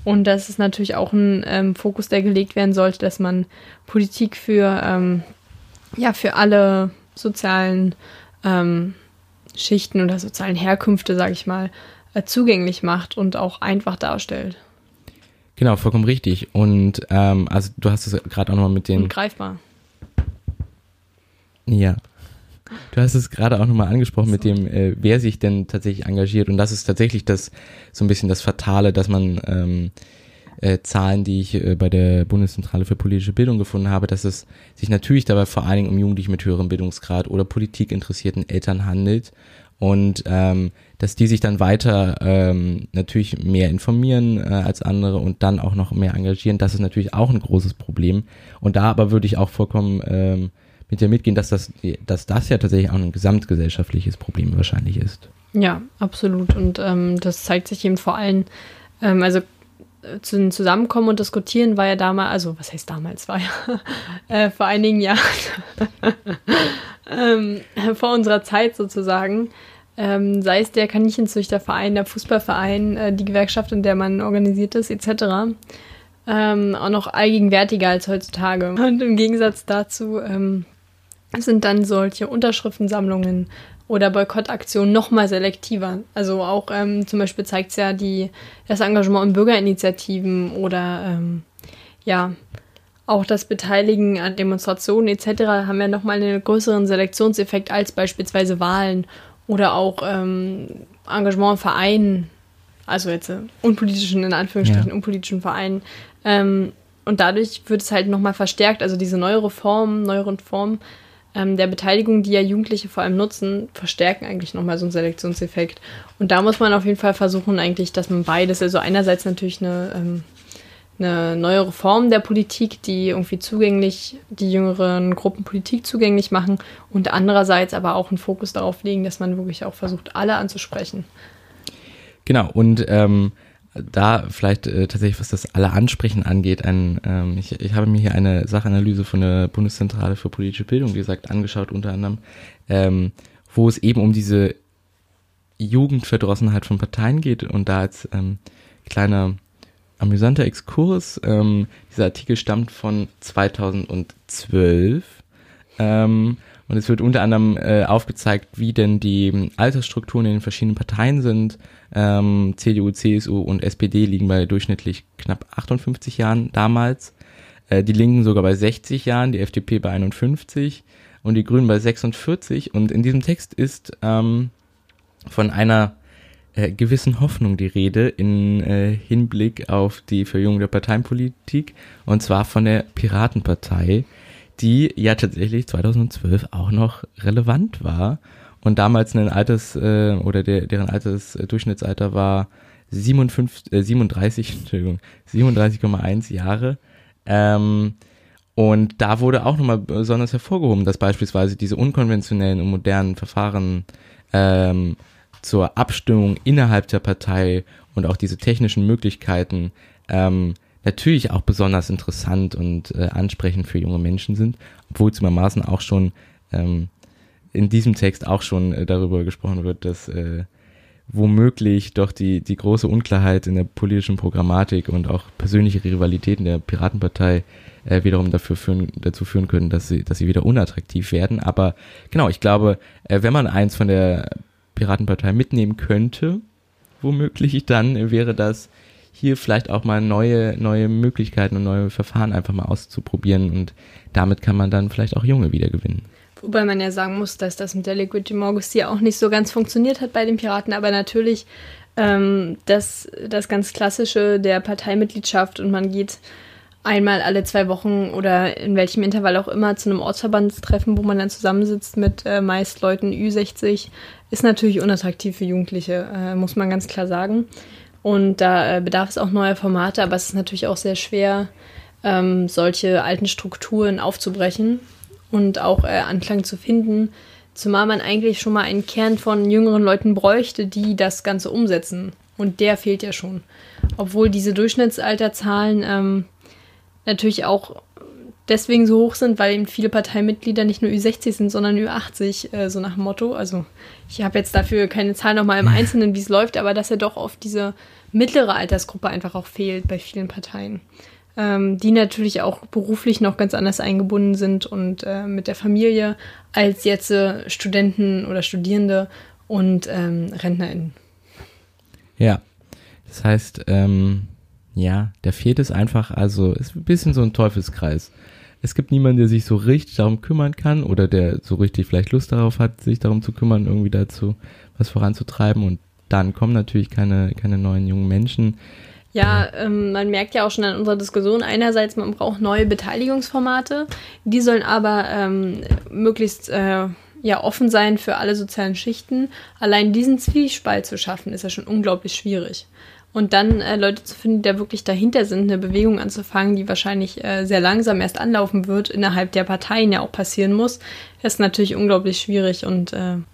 Und das ist natürlich auch ein Fokus, der gelegt werden sollte, dass man Politik für alle sozialen Schichten oder sozialen Herkünfte, sage ich mal, zugänglich macht und auch einfach darstellt. Genau, vollkommen richtig. Und also du hast es gerade auch nochmal mit den... Und greifbar. Ja. Du hast es gerade auch nochmal angesprochen mit dem, wer sich denn tatsächlich engagiert. Und das ist tatsächlich so ein bisschen das Fatale, dass man Zahlen, die ich bei der Bundeszentrale für politische Bildung gefunden habe, dass es sich natürlich dabei vor allen Dingen um Jugendliche mit höherem Bildungsgrad oder politikinteressierten Eltern handelt. Und dass die sich dann weiter natürlich mehr informieren als andere und dann auch noch mehr engagieren, das ist natürlich auch ein großes Problem. Und da aber würde ich auch vollkommen mit dir mitgehen, dass das ja tatsächlich auch ein gesamtgesellschaftliches Problem wahrscheinlich ist. Ja, absolut. Und das zeigt sich eben vor allem, also zu Zusammenkommen und Diskutieren war ja damals, also was heißt damals, war ja vor einigen Jahren vor unserer Zeit sozusagen, sei es der Kaninchenzüchterverein, der Fußballverein, die Gewerkschaft, in der man organisiert ist, etc., auch noch allgegenwärtiger als heutzutage. Und im Gegensatz dazu sind dann solche Unterschriftensammlungen oder Boykottaktionen noch mal selektiver. Also auch zum Beispiel zeigt es ja das Engagement in Bürgerinitiativen oder auch das Beteiligen an Demonstrationen etc. haben ja noch mal einen größeren Selektionseffekt als beispielsweise Wahlen oder auch Engagement in Vereinen, also jetzt unpolitischen, in Anführungsstrichen, unpolitischen Vereinen. Und dadurch wird es halt noch mal verstärkt, also diese neueren Formen der Beteiligung, die ja Jugendliche vor allem nutzen, verstärken eigentlich nochmal so einen Selektionseffekt. Und da muss man auf jeden Fall versuchen eigentlich, dass man beides, also einerseits natürlich eine neuere Form der Politik, die irgendwie die jüngeren Gruppen Politik zugänglich machen und andererseits aber auch einen Fokus darauf legen, dass man wirklich auch versucht, alle anzusprechen. Genau, und da vielleicht tatsächlich, was das alle Ansprechen angeht, ich habe mir hier eine Sachanalyse von der Bundeszentrale für politische Bildung, wie gesagt, angeschaut unter anderem, wo es eben um diese Jugendverdrossenheit von Parteien geht und da als kleiner amüsanter Exkurs, dieser Artikel stammt von 2012 und es wird unter anderem aufgezeigt, wie denn die Altersstrukturen in den verschiedenen Parteien sind. CDU, CSU und SPD liegen bei durchschnittlich knapp 58 Jahren damals. Die Linken sogar bei 60 Jahren, die FDP bei 51 und die Grünen bei 46. Und in diesem Text ist von einer gewissen Hoffnung die Rede in Hinblick auf die Verjüngung der Parteienpolitik, und zwar von der Piratenpartei, die ja tatsächlich 2012 auch noch relevant war und damals deren Altersdurchschnittsalter war 37,1 Jahre. Und da wurde auch nochmal besonders hervorgehoben, dass beispielsweise diese unkonventionellen und modernen Verfahren zur Abstimmung innerhalb der Partei und auch diese technischen Möglichkeiten natürlich auch besonders interessant und ansprechend für junge Menschen sind, obwohl zugegebenermaßen auch schon in diesem Text auch schon darüber gesprochen wird, dass womöglich doch die große Unklarheit in der politischen Programmatik und auch persönliche Rivalitäten der Piratenpartei wiederum dazu führen können, dass sie wieder unattraktiv werden. Aber genau, ich glaube, wenn man eins von der Piratenpartei mitnehmen könnte, womöglich dann wäre das, hier vielleicht auch mal neue Möglichkeiten und neue Verfahren einfach mal auszuprobieren, und damit kann man dann vielleicht auch Junge wieder gewinnen. Wobei man ja sagen muss, dass das mit der Legitimorgus auch nicht so ganz funktioniert hat bei den Piraten, aber natürlich das ganz Klassische der Parteimitgliedschaft und man geht einmal alle 2 Wochen oder in welchem Intervall auch immer zu einem Ortsverbandstreffen, wo man dann zusammensitzt mit meist Leuten Ü60, ist natürlich unattraktiv für Jugendliche, muss man ganz klar sagen. Und da bedarf es auch neuer Formate, aber es ist natürlich auch sehr schwer, solche alten Strukturen aufzubrechen und auch Anklang zu finden, zumal man eigentlich schon mal einen Kern von jüngeren Leuten bräuchte, die das Ganze umsetzen. Und der fehlt ja schon. Obwohl diese Durchschnittsalterzahlen natürlich auch deswegen so hoch sind, weil eben viele Parteimitglieder nicht nur Ü60 sind, sondern Ü80, so nach dem Motto. Also ich habe jetzt dafür keine Zahl nochmal im Einzelnen, wie es läuft, aber dass ja doch oft diese mittlere Altersgruppe einfach auch fehlt bei vielen Parteien, die natürlich auch beruflich noch ganz anders eingebunden sind und mit der Familie als jetzt Studenten oder Studierende und RentnerInnen. Ja, das heißt, der fehlt es einfach, also ist ein bisschen so ein Teufelskreis. Es gibt niemanden, der sich so richtig darum kümmern kann oder der so richtig vielleicht Lust darauf hat, sich darum zu kümmern, irgendwie dazu was voranzutreiben, und dann kommen natürlich keine neuen jungen Menschen. Ja, man merkt ja auch schon an unserer Diskussion, einerseits, man braucht neue Beteiligungsformate, die sollen aber möglichst offen sein für alle sozialen Schichten. Allein diesen Zwiespalt zu schaffen, ist ja schon unglaublich schwierig. Und dann Leute zu finden, die da wirklich dahinter sind, eine Bewegung anzufangen, die wahrscheinlich sehr langsam erst anlaufen wird, innerhalb der Parteien ja auch passieren muss, ist natürlich unglaublich schwierig, und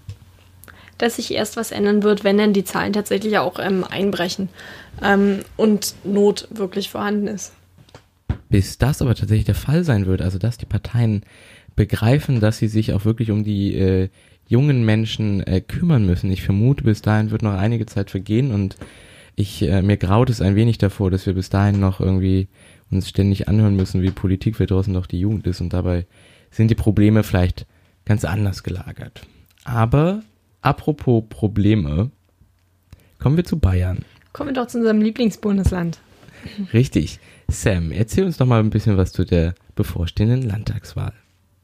dass sich erst was ändern wird, wenn dann die Zahlen tatsächlich auch einbrechen und Not wirklich vorhanden ist. Bis das aber tatsächlich der Fall sein wird, also dass die Parteien begreifen, dass sie sich auch wirklich um die jungen Menschen kümmern müssen. Ich vermute, bis dahin wird noch einige Zeit vergehen, und mir graut es ein wenig davor, dass wir bis dahin noch irgendwie uns ständig anhören müssen, wie Politik für draußen doch die Jugend ist, und dabei sind die Probleme vielleicht ganz anders gelagert. Aber apropos Probleme, kommen wir zu Bayern. Kommen wir doch zu unserem Lieblingsbundesland. Richtig. Sam, erzähl uns doch mal ein bisschen was zu der bevorstehenden Landtagswahl.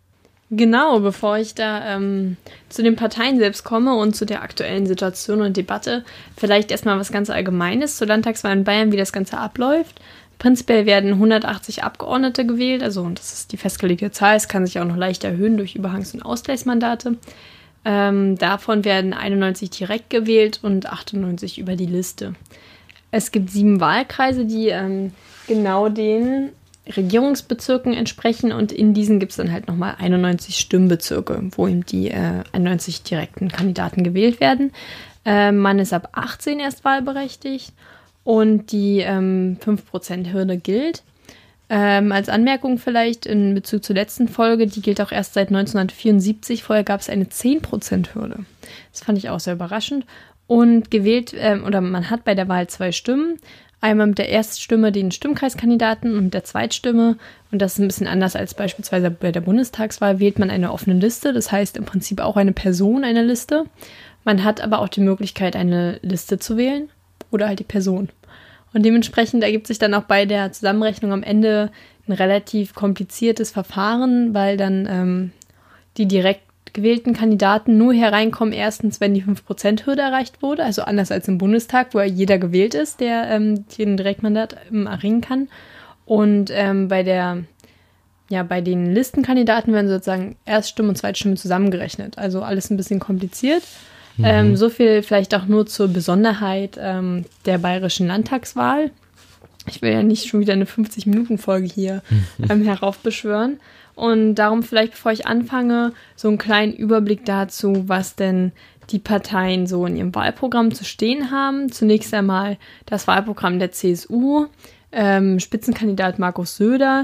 Genau, bevor ich da zu den Parteien selbst komme und zu der aktuellen Situation und Debatte, vielleicht erstmal was ganz Allgemeines zur Landtagswahl in Bayern, wie das Ganze abläuft. Prinzipiell werden 180 Abgeordnete gewählt, also das ist die festgelegte Zahl, es kann sich auch noch leicht erhöhen durch Überhangs- und Ausgleichsmandate. Davon werden 91 direkt gewählt und 98 über die Liste. Es gibt 7 Wahlkreise, die genau den Regierungsbezirken entsprechen, und in diesen gibt es dann halt nochmal 91 Stimmbezirke, wo eben die 91 direkten Kandidaten gewählt werden. Man ist ab 18 erst wahlberechtigt und die 5%-Hürde gilt. Als Anmerkung vielleicht in Bezug zur letzten Folge, die gilt auch erst seit 1974, vorher gab es eine 10%-Hürde. Das fand ich auch sehr überraschend. Und gewählt, man hat bei der Wahl 2 Stimmen. Einmal mit der Erststimme den Stimmkreiskandidaten und mit der Zweitstimme. Und das ist ein bisschen anders als beispielsweise bei der Bundestagswahl, wählt man eine offene Liste. Das heißt im Prinzip auch eine Person eine Liste. Man hat aber auch die Möglichkeit, eine Liste zu wählen oder halt die Person. Und dementsprechend ergibt sich dann auch bei der Zusammenrechnung am Ende ein relativ kompliziertes Verfahren, weil dann die direkt gewählten Kandidaten nur hereinkommen, erstens, wenn die 5%-Hürde erreicht wurde, also anders als im Bundestag, wo ja jeder gewählt ist, der den Direktmandat erringen kann. Und bei den Listenkandidaten werden sozusagen Erststimme und Zweitstimme zusammengerechnet. Also alles ein bisschen kompliziert. So viel vielleicht auch nur zur Besonderheit der bayerischen Landtagswahl. Ich will ja nicht schon wieder eine 50-Minuten-Folge hier heraufbeschwören. Und darum vielleicht, bevor ich anfange, so einen kleinen Überblick dazu, was denn die Parteien so in ihrem Wahlprogramm zu stehen haben. Zunächst einmal das Wahlprogramm der CSU, Spitzenkandidat Markus Söder.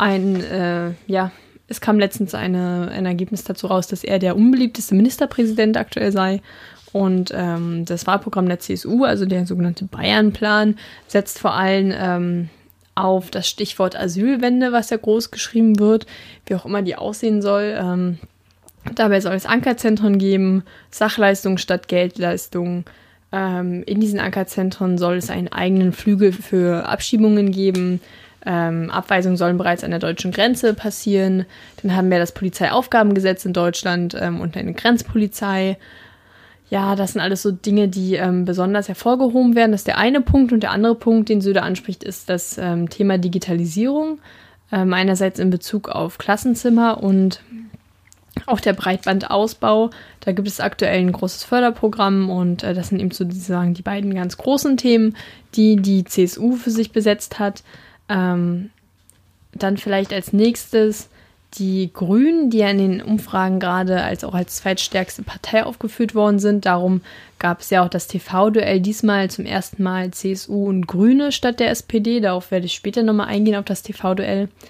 Es kam letztens ein Ergebnis dazu raus, dass er der unbeliebteste Ministerpräsident aktuell sei. Und das Wahlprogramm der CSU, also der sogenannte Bayern-Plan, setzt vor allem auf das Stichwort Asylwende, was ja groß geschrieben wird, wie auch immer die aussehen soll. Dabei soll es Ankerzentren geben, Sachleistungen statt Geldleistungen. In diesen Ankerzentren soll es einen eigenen Flügel für Abschiebungen geben. Abweisungen sollen bereits an der deutschen Grenze passieren. Dann haben wir das Polizeiaufgabengesetz in Deutschland und eine Grenzpolizei. Ja, das sind alles so Dinge, die besonders hervorgehoben werden. Das ist der eine Punkt. Und der andere Punkt, den Söder anspricht, ist das Thema Digitalisierung. Einerseits in Bezug auf Klassenzimmer und auch der Breitbandausbau. Da gibt es aktuell ein großes Förderprogramm, und das sind eben sozusagen die beiden ganz großen Themen, die die CSU für sich besetzt hat. Dann vielleicht als nächstes die Grünen, die ja in den Umfragen gerade als zweitstärkste Partei aufgeführt worden sind. Darum gab es ja auch das TV-Duell, diesmal zum ersten Mal CSU und Grüne statt der SPD. Darauf werde ich später nochmal eingehen, auf das TV-Duell.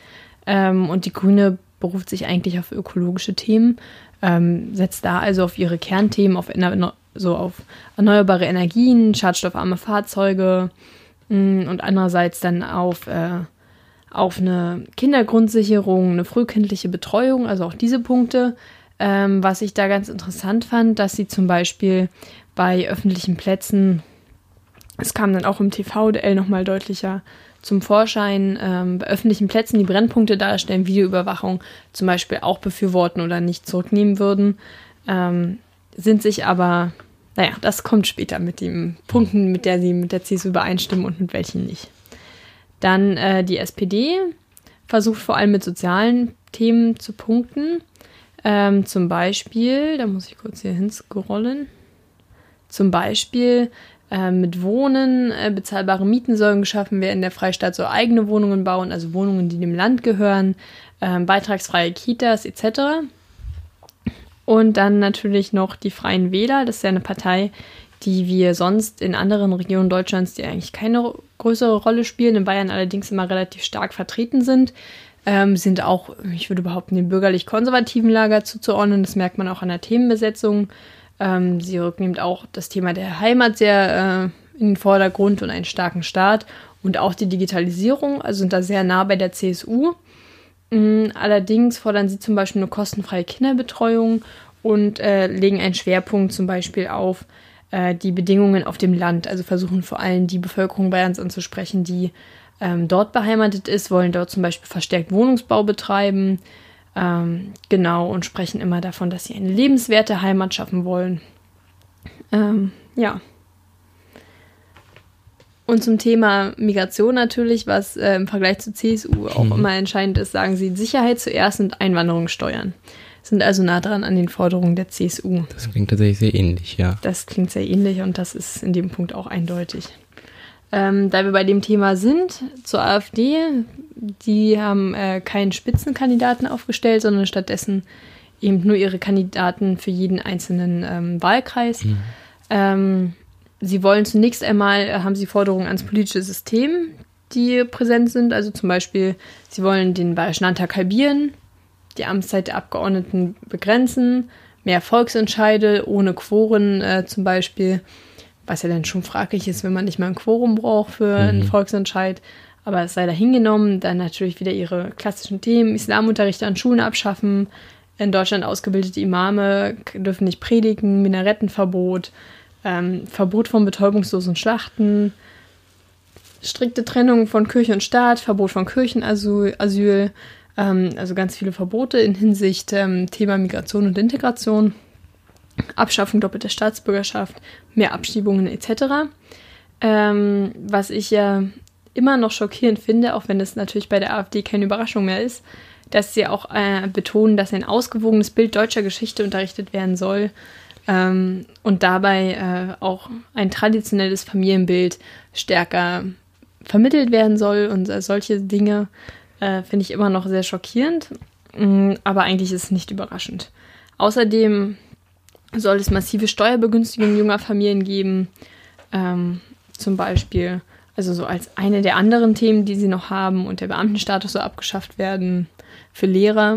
Und die Grüne beruft sich eigentlich auf ökologische Themen, setzt da also auf ihre Kernthemen, auf erneuerbare Energien, schadstoffarme Fahrzeuge und andererseits dann auf eine Kindergrundsicherung, eine frühkindliche Betreuung, also auch diese Punkte. Was ich da ganz interessant fand, dass sie zum Beispiel bei öffentlichen Plätzen, es kam dann auch im TV-Duell nochmal deutlicher zum Vorschein, bei öffentlichen Plätzen die Brennpunkte darstellen, Videoüberwachung zum Beispiel auch befürworten oder nicht zurücknehmen würden, sind sich aber, das kommt später mit den Punkten, mit der sie mit der CSU übereinstimmen und mit welchen nicht. Dann die SPD versucht vor allem mit sozialen Themen zu punkten, zum Beispiel, da muss ich kurz hier hinscrollen, zum Beispiel mit Wohnen, bezahlbare Mieten sollen geschaffen werden, der Freistaat soll eigene Wohnungen bauen, also Wohnungen, die dem Land gehören, beitragsfreie Kitas etc. Und dann natürlich noch die Freien Wähler, das ist ja eine Partei, die wir sonst in anderen Regionen Deutschlands, die eigentlich keine größere Rolle spielen, in Bayern allerdings immer relativ stark vertreten sind auch, ich würde behaupten, dem bürgerlich-konservativen Lager zuzuordnen, das merkt man auch an der Themenbesetzung. Sie rücknimmt auch das Thema der Heimat sehr in den Vordergrund und einen starken Staat und auch die Digitalisierung, also sind da sehr nah bei der CSU. Allerdings fordern sie zum Beispiel eine kostenfreie Kinderbetreuung und legen einen Schwerpunkt zum Beispiel auf die Bedingungen auf dem Land, also versuchen vor allem die Bevölkerung Bayerns anzusprechen, die dort beheimatet ist, wollen dort zum Beispiel verstärkt Wohnungsbau betreiben, und sprechen immer davon, dass sie eine lebenswerte Heimat schaffen wollen. Und zum Thema Migration natürlich, was im Vergleich zur CSU auch immer entscheidend ist, sagen sie Sicherheit zuerst und Einwanderung steuern. Sind also nah dran an den Forderungen der CSU. Das klingt tatsächlich sehr ähnlich, ja. Das klingt sehr ähnlich und das ist in dem Punkt auch eindeutig. Da wir bei dem Thema sind, zur AfD, die haben keinen Spitzenkandidaten aufgestellt, sondern stattdessen eben nur ihre Kandidaten für jeden einzelnen Wahlkreis. Sie wollen zunächst einmal, haben sie Forderungen ans politische System, die präsent sind. Also zum Beispiel, sie wollen den Bayerischen Landtag halbieren, die Amtszeit der Abgeordneten begrenzen, mehr Volksentscheide ohne Quoren zum Beispiel, was ja dann schon fraglich ist, wenn man nicht mal ein Quorum braucht für einen Volksentscheid. Aber es sei dahingenommen, dann natürlich wieder ihre klassischen Themen, Islamunterricht an Schulen abschaffen, in Deutschland ausgebildete Imame dürfen nicht predigen, Minarettenverbot, Verbot von betäubungslosen Schlachten, strikte Trennung von Kirche und Staat, Verbot von Kirchenasyl, also ganz viele Verbote in Hinsicht Thema Migration und Integration, Abschaffung doppelter Staatsbürgerschaft, mehr Abschiebungen etc. Was ich ja immer noch schockierend finde, auch wenn es natürlich bei der AfD keine Überraschung mehr ist, dass sie auch betonen, dass ein ausgewogenes Bild deutscher Geschichte unterrichtet werden soll und dabei auch ein traditionelles Familienbild stärker vermittelt werden soll und solche Dinge finde ich immer noch sehr schockierend, aber eigentlich ist es nicht überraschend. Außerdem soll es massive Steuerbegünstigungen junger Familien geben, zum Beispiel, also so als eine der anderen Themen, die sie noch haben, und der Beamtenstatus soll abgeschafft werden für Lehrer.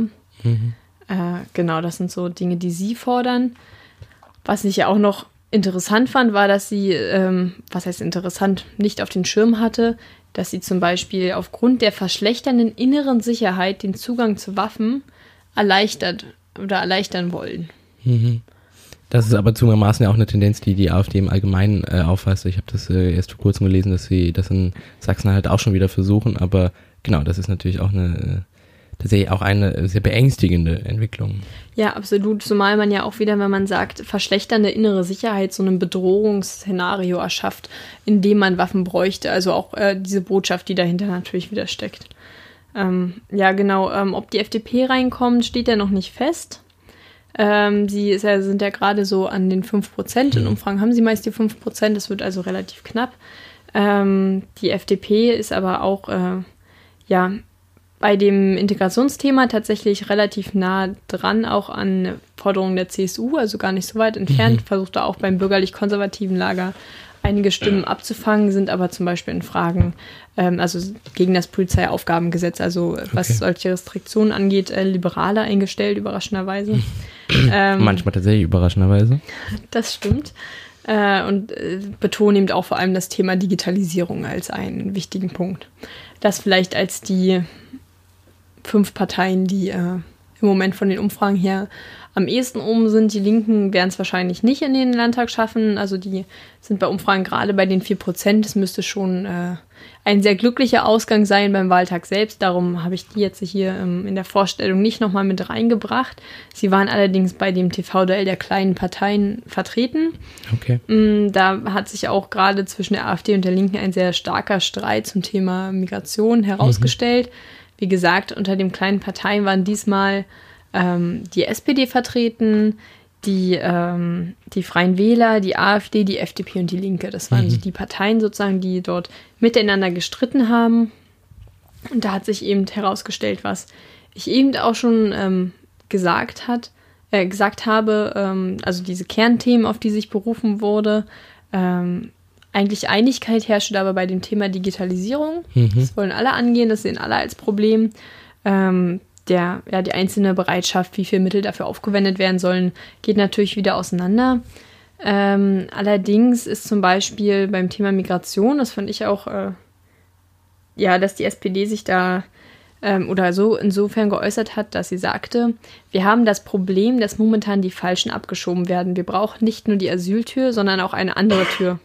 Das sind so Dinge, die sie fordern. Was ich ja auch noch interessant fand, war, dass sie, was heißt interessant, nicht auf den Schirm hatte, dass sie zum Beispiel aufgrund der verschlechternden inneren Sicherheit den Zugang zu Waffen erleichtern wollen. Das ist aber zugegebenermaßen ja auch eine Tendenz, die AfD im Allgemeinen auffasst. Ich habe das erst vor kurzem gelesen, dass sie das in Sachsen halt auch schon wieder versuchen, aber genau, das ist natürlich auch tatsächlich auch eine sehr beängstigende Entwicklung. Ja, absolut, zumal man ja auch wieder, wenn man sagt, verschlechternde innere Sicherheit, so ein Bedrohungsszenario erschafft, in dem man Waffen bräuchte, also auch diese Botschaft, die dahinter natürlich wieder steckt. Ob die FDP reinkommt, steht ja noch nicht fest. Sie sind ja gerade so an den 5%. In Umfragen haben sie meist die 5%. Das wird also relativ knapp. Die FDP ist aber auch bei dem Integrationsthema tatsächlich relativ nah dran, auch an Forderungen der CSU, also gar nicht so weit entfernt. Versucht da auch beim bürgerlich-konservativen Lager einige Stimmen abzufangen, sind aber zum Beispiel in Fragen, also gegen das Polizeiaufgabengesetz, also was solche Restriktionen angeht, liberaler eingestellt, überraschenderweise. Manchmal tatsächlich überraschenderweise. Das stimmt. Und betonen eben auch vor allem das Thema Digitalisierung als einen wichtigen Punkt. Das vielleicht als die 5 Parteien, die im Moment von den Umfragen her am ehesten oben sind. Die Linken werden es wahrscheinlich nicht in den Landtag schaffen. Also die sind bei Umfragen gerade bei den 4%. Das müsste schon ein sehr glücklicher Ausgang sein beim Wahltag selbst. Darum habe ich die jetzt hier in der Vorstellung nicht nochmal mit reingebracht. Sie waren allerdings bei dem TV-Duell der kleinen Parteien vertreten. Okay. Da hat sich auch gerade zwischen der AfD und der Linken ein sehr starker Streit zum Thema Migration herausgestellt. Wie gesagt, unter den kleinen Parteien waren diesmal die SPD vertreten, die Freien Wähler, die AfD, die FDP und die Linke. Das waren so die Parteien sozusagen, die dort miteinander gestritten haben. Und da hat sich eben herausgestellt, was ich eben auch schon gesagt habe, also diese Kernthemen, auf die sich berufen wurde. Eigentlich Einigkeit herrscht aber bei dem Thema Digitalisierung. Das wollen alle angehen, das sehen alle als Problem. Die einzelne Bereitschaft, wie viel Mittel dafür aufgewendet werden sollen, geht natürlich wieder auseinander. Allerdings ist zum Beispiel beim Thema Migration, das fand ich auch, dass die SPD sich da oder so insofern geäußert hat, dass sie sagte, wir haben das Problem, dass momentan die Falschen abgeschoben werden. Wir brauchen nicht nur die Asyltür, sondern auch eine andere Tür.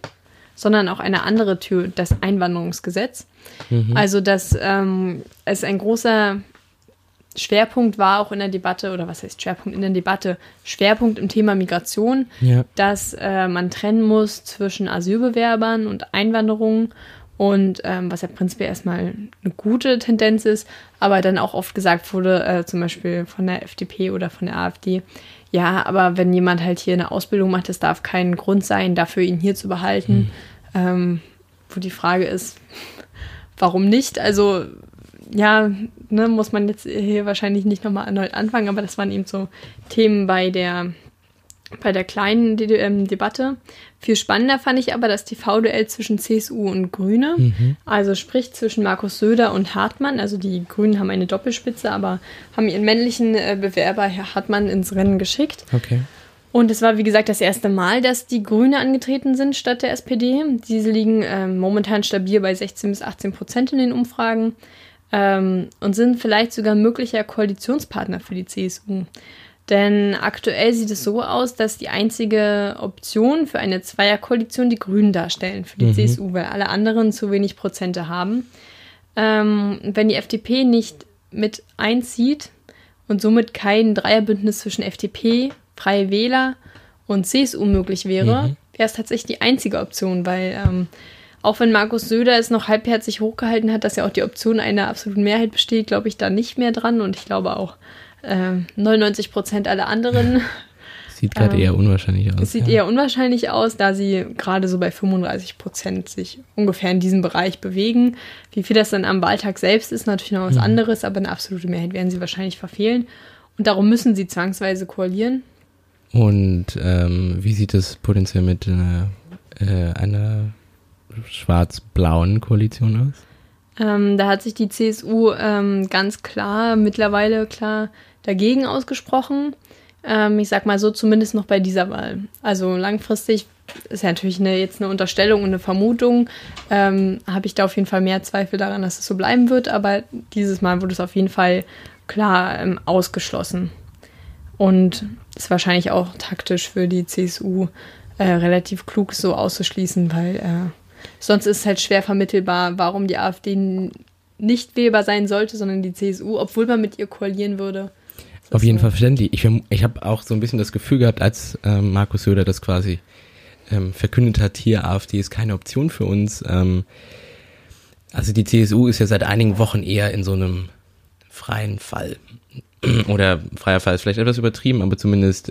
Das Einwanderungsgesetz. Also, dass es ein großer Schwerpunkt war auch in der Debatte, oder was heißt Schwerpunkt in der Debatte? Schwerpunkt im Thema Migration, dass man trennen muss zwischen Asylbewerbern und Einwanderung und was ja prinzipiell erstmal eine gute Tendenz ist, aber dann auch oft gesagt wurde, zum Beispiel von der FDP oder von der AfD, ja, aber wenn jemand halt hier eine Ausbildung macht, das darf kein Grund sein, dafür ihn hier zu behalten, wo die Frage ist, warum nicht? Also muss man jetzt hier wahrscheinlich nicht nochmal erneut anfangen, aber das waren eben so Themen bei der kleinen Debatte. Viel spannender fand ich aber das TV-Duell zwischen CSU und Grüne, also sprich zwischen Markus Söder und Hartmann. Also die Grünen haben eine Doppelspitze, aber haben ihren männlichen Bewerber, Herr Hartmann, ins Rennen geschickt. Okay. Und es war, wie gesagt, das erste Mal, dass die Grüne angetreten sind statt der SPD. Diese liegen momentan stabil bei 16-18% in den Umfragen. Und sind vielleicht sogar möglicher Koalitionspartner für die CSU. Denn aktuell sieht es so aus, dass die einzige Option für eine Zweierkoalition die Grünen darstellen für die CSU, weil alle anderen zu wenig Prozente haben. Wenn die FDP nicht mit einzieht und somit kein Dreierbündnis zwischen FDP, Freie Wähler und CSU möglich wäre, wäre es tatsächlich die einzige Option, weil auch wenn Markus Söder es noch halbherzig hochgehalten hat, dass ja auch die Option einer absoluten Mehrheit besteht, glaube ich da nicht mehr dran. Und ich glaube auch 99% aller anderen. Sieht gerade eher unwahrscheinlich aus. Sieht eher unwahrscheinlich aus, da sie gerade so bei 35% sich ungefähr in diesem Bereich bewegen. Wie viel das dann am Wahltag selbst ist, natürlich noch was anderes, aber eine absolute Mehrheit werden sie wahrscheinlich verfehlen. Und darum müssen sie zwangsweise koalieren. Und wie sieht es potenziell mit einer schwarz-blauen Koalition aus? Da hat sich die CSU ganz klar, mittlerweile klar dagegen ausgesprochen. Ich sag mal so, zumindest noch bei dieser Wahl. Also langfristig ist ja natürlich jetzt eine Unterstellung und eine Vermutung. Habe ich da auf jeden Fall mehr Zweifel daran, dass es so bleiben wird. Aber dieses Mal wurde es auf jeden Fall klar ausgeschlossen. Und ist wahrscheinlich auch taktisch für die CSU relativ klug, so auszuschließen, weil sonst ist es halt schwer vermittelbar, warum die AfD nicht wählbar sein sollte, sondern die CSU, obwohl man mit ihr koalieren würde. Auf jeden Fall verständlich. Ich habe auch so ein bisschen das Gefühl gehabt, als Markus Söder das quasi verkündet hat, hier AfD ist keine Option für uns. Also die CSU ist ja seit einigen Wochen eher in so einem freien Fall. Oder freier Fall ist vielleicht etwas übertrieben, aber zumindest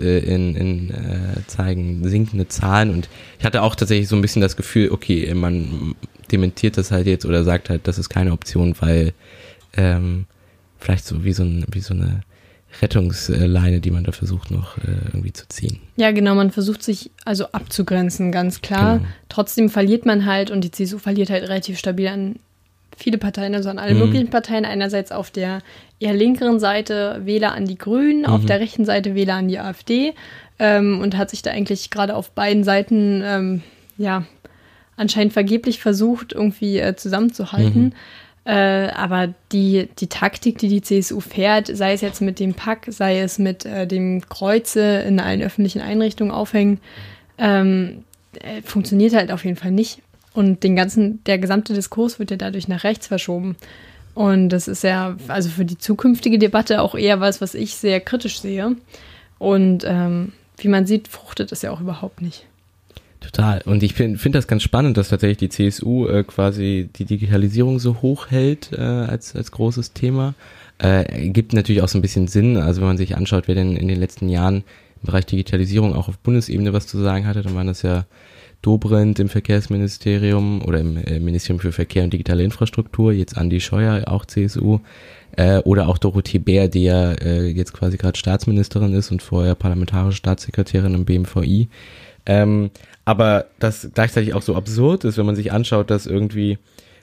zeigen sinkende Zahlen. Und ich hatte auch tatsächlich so ein bisschen das Gefühl, okay, man dementiert das halt jetzt oder sagt halt, das ist keine Option, weil vielleicht so wie so eine Rettungsleine, die man da versucht noch irgendwie zu ziehen. Ja, genau, man versucht sich also abzugrenzen, ganz klar. Genau. Trotzdem verliert man halt und die CSU verliert halt relativ stabil an viele Parteien, also an alle möglichen Parteien. Einerseits auf der eher linkeren Seite Wähler an die Grünen, auf der rechten Seite Wähler an die AfD und hat sich da eigentlich gerade auf beiden Seiten anscheinend vergeblich versucht, irgendwie zusammenzuhalten. Aber die Taktik, die die CSU fährt, sei es jetzt mit dem Pack, sei es mit dem Kreuze in allen öffentlichen Einrichtungen aufhängen, funktioniert halt auf jeden Fall nicht. Und der gesamte Diskurs wird ja dadurch nach rechts verschoben. Und das ist ja also für die zukünftige Debatte auch eher was ich sehr kritisch sehe. Und wie man sieht, fruchtet es ja auch überhaupt nicht. Total. Und ich finde das ganz spannend, dass tatsächlich die CSU quasi die Digitalisierung so hoch hält als großes Thema. Gibt natürlich auch so ein bisschen Sinn. Also wenn man sich anschaut, wer denn in den letzten Jahren im Bereich Digitalisierung auch auf Bundesebene was zu sagen hatte, dann waren das ja Dobrindt im Verkehrsministerium oder im Ministerium für Verkehr und digitale Infrastruktur, jetzt Andi Scheuer, auch CSU, oder auch Dorothee Bär, die ja jetzt quasi gerade Staatsministerin ist und vorher parlamentarische Staatssekretärin im BMVI. Aber das gleichzeitig auch so absurd ist, wenn man sich anschaut, dass irgendwie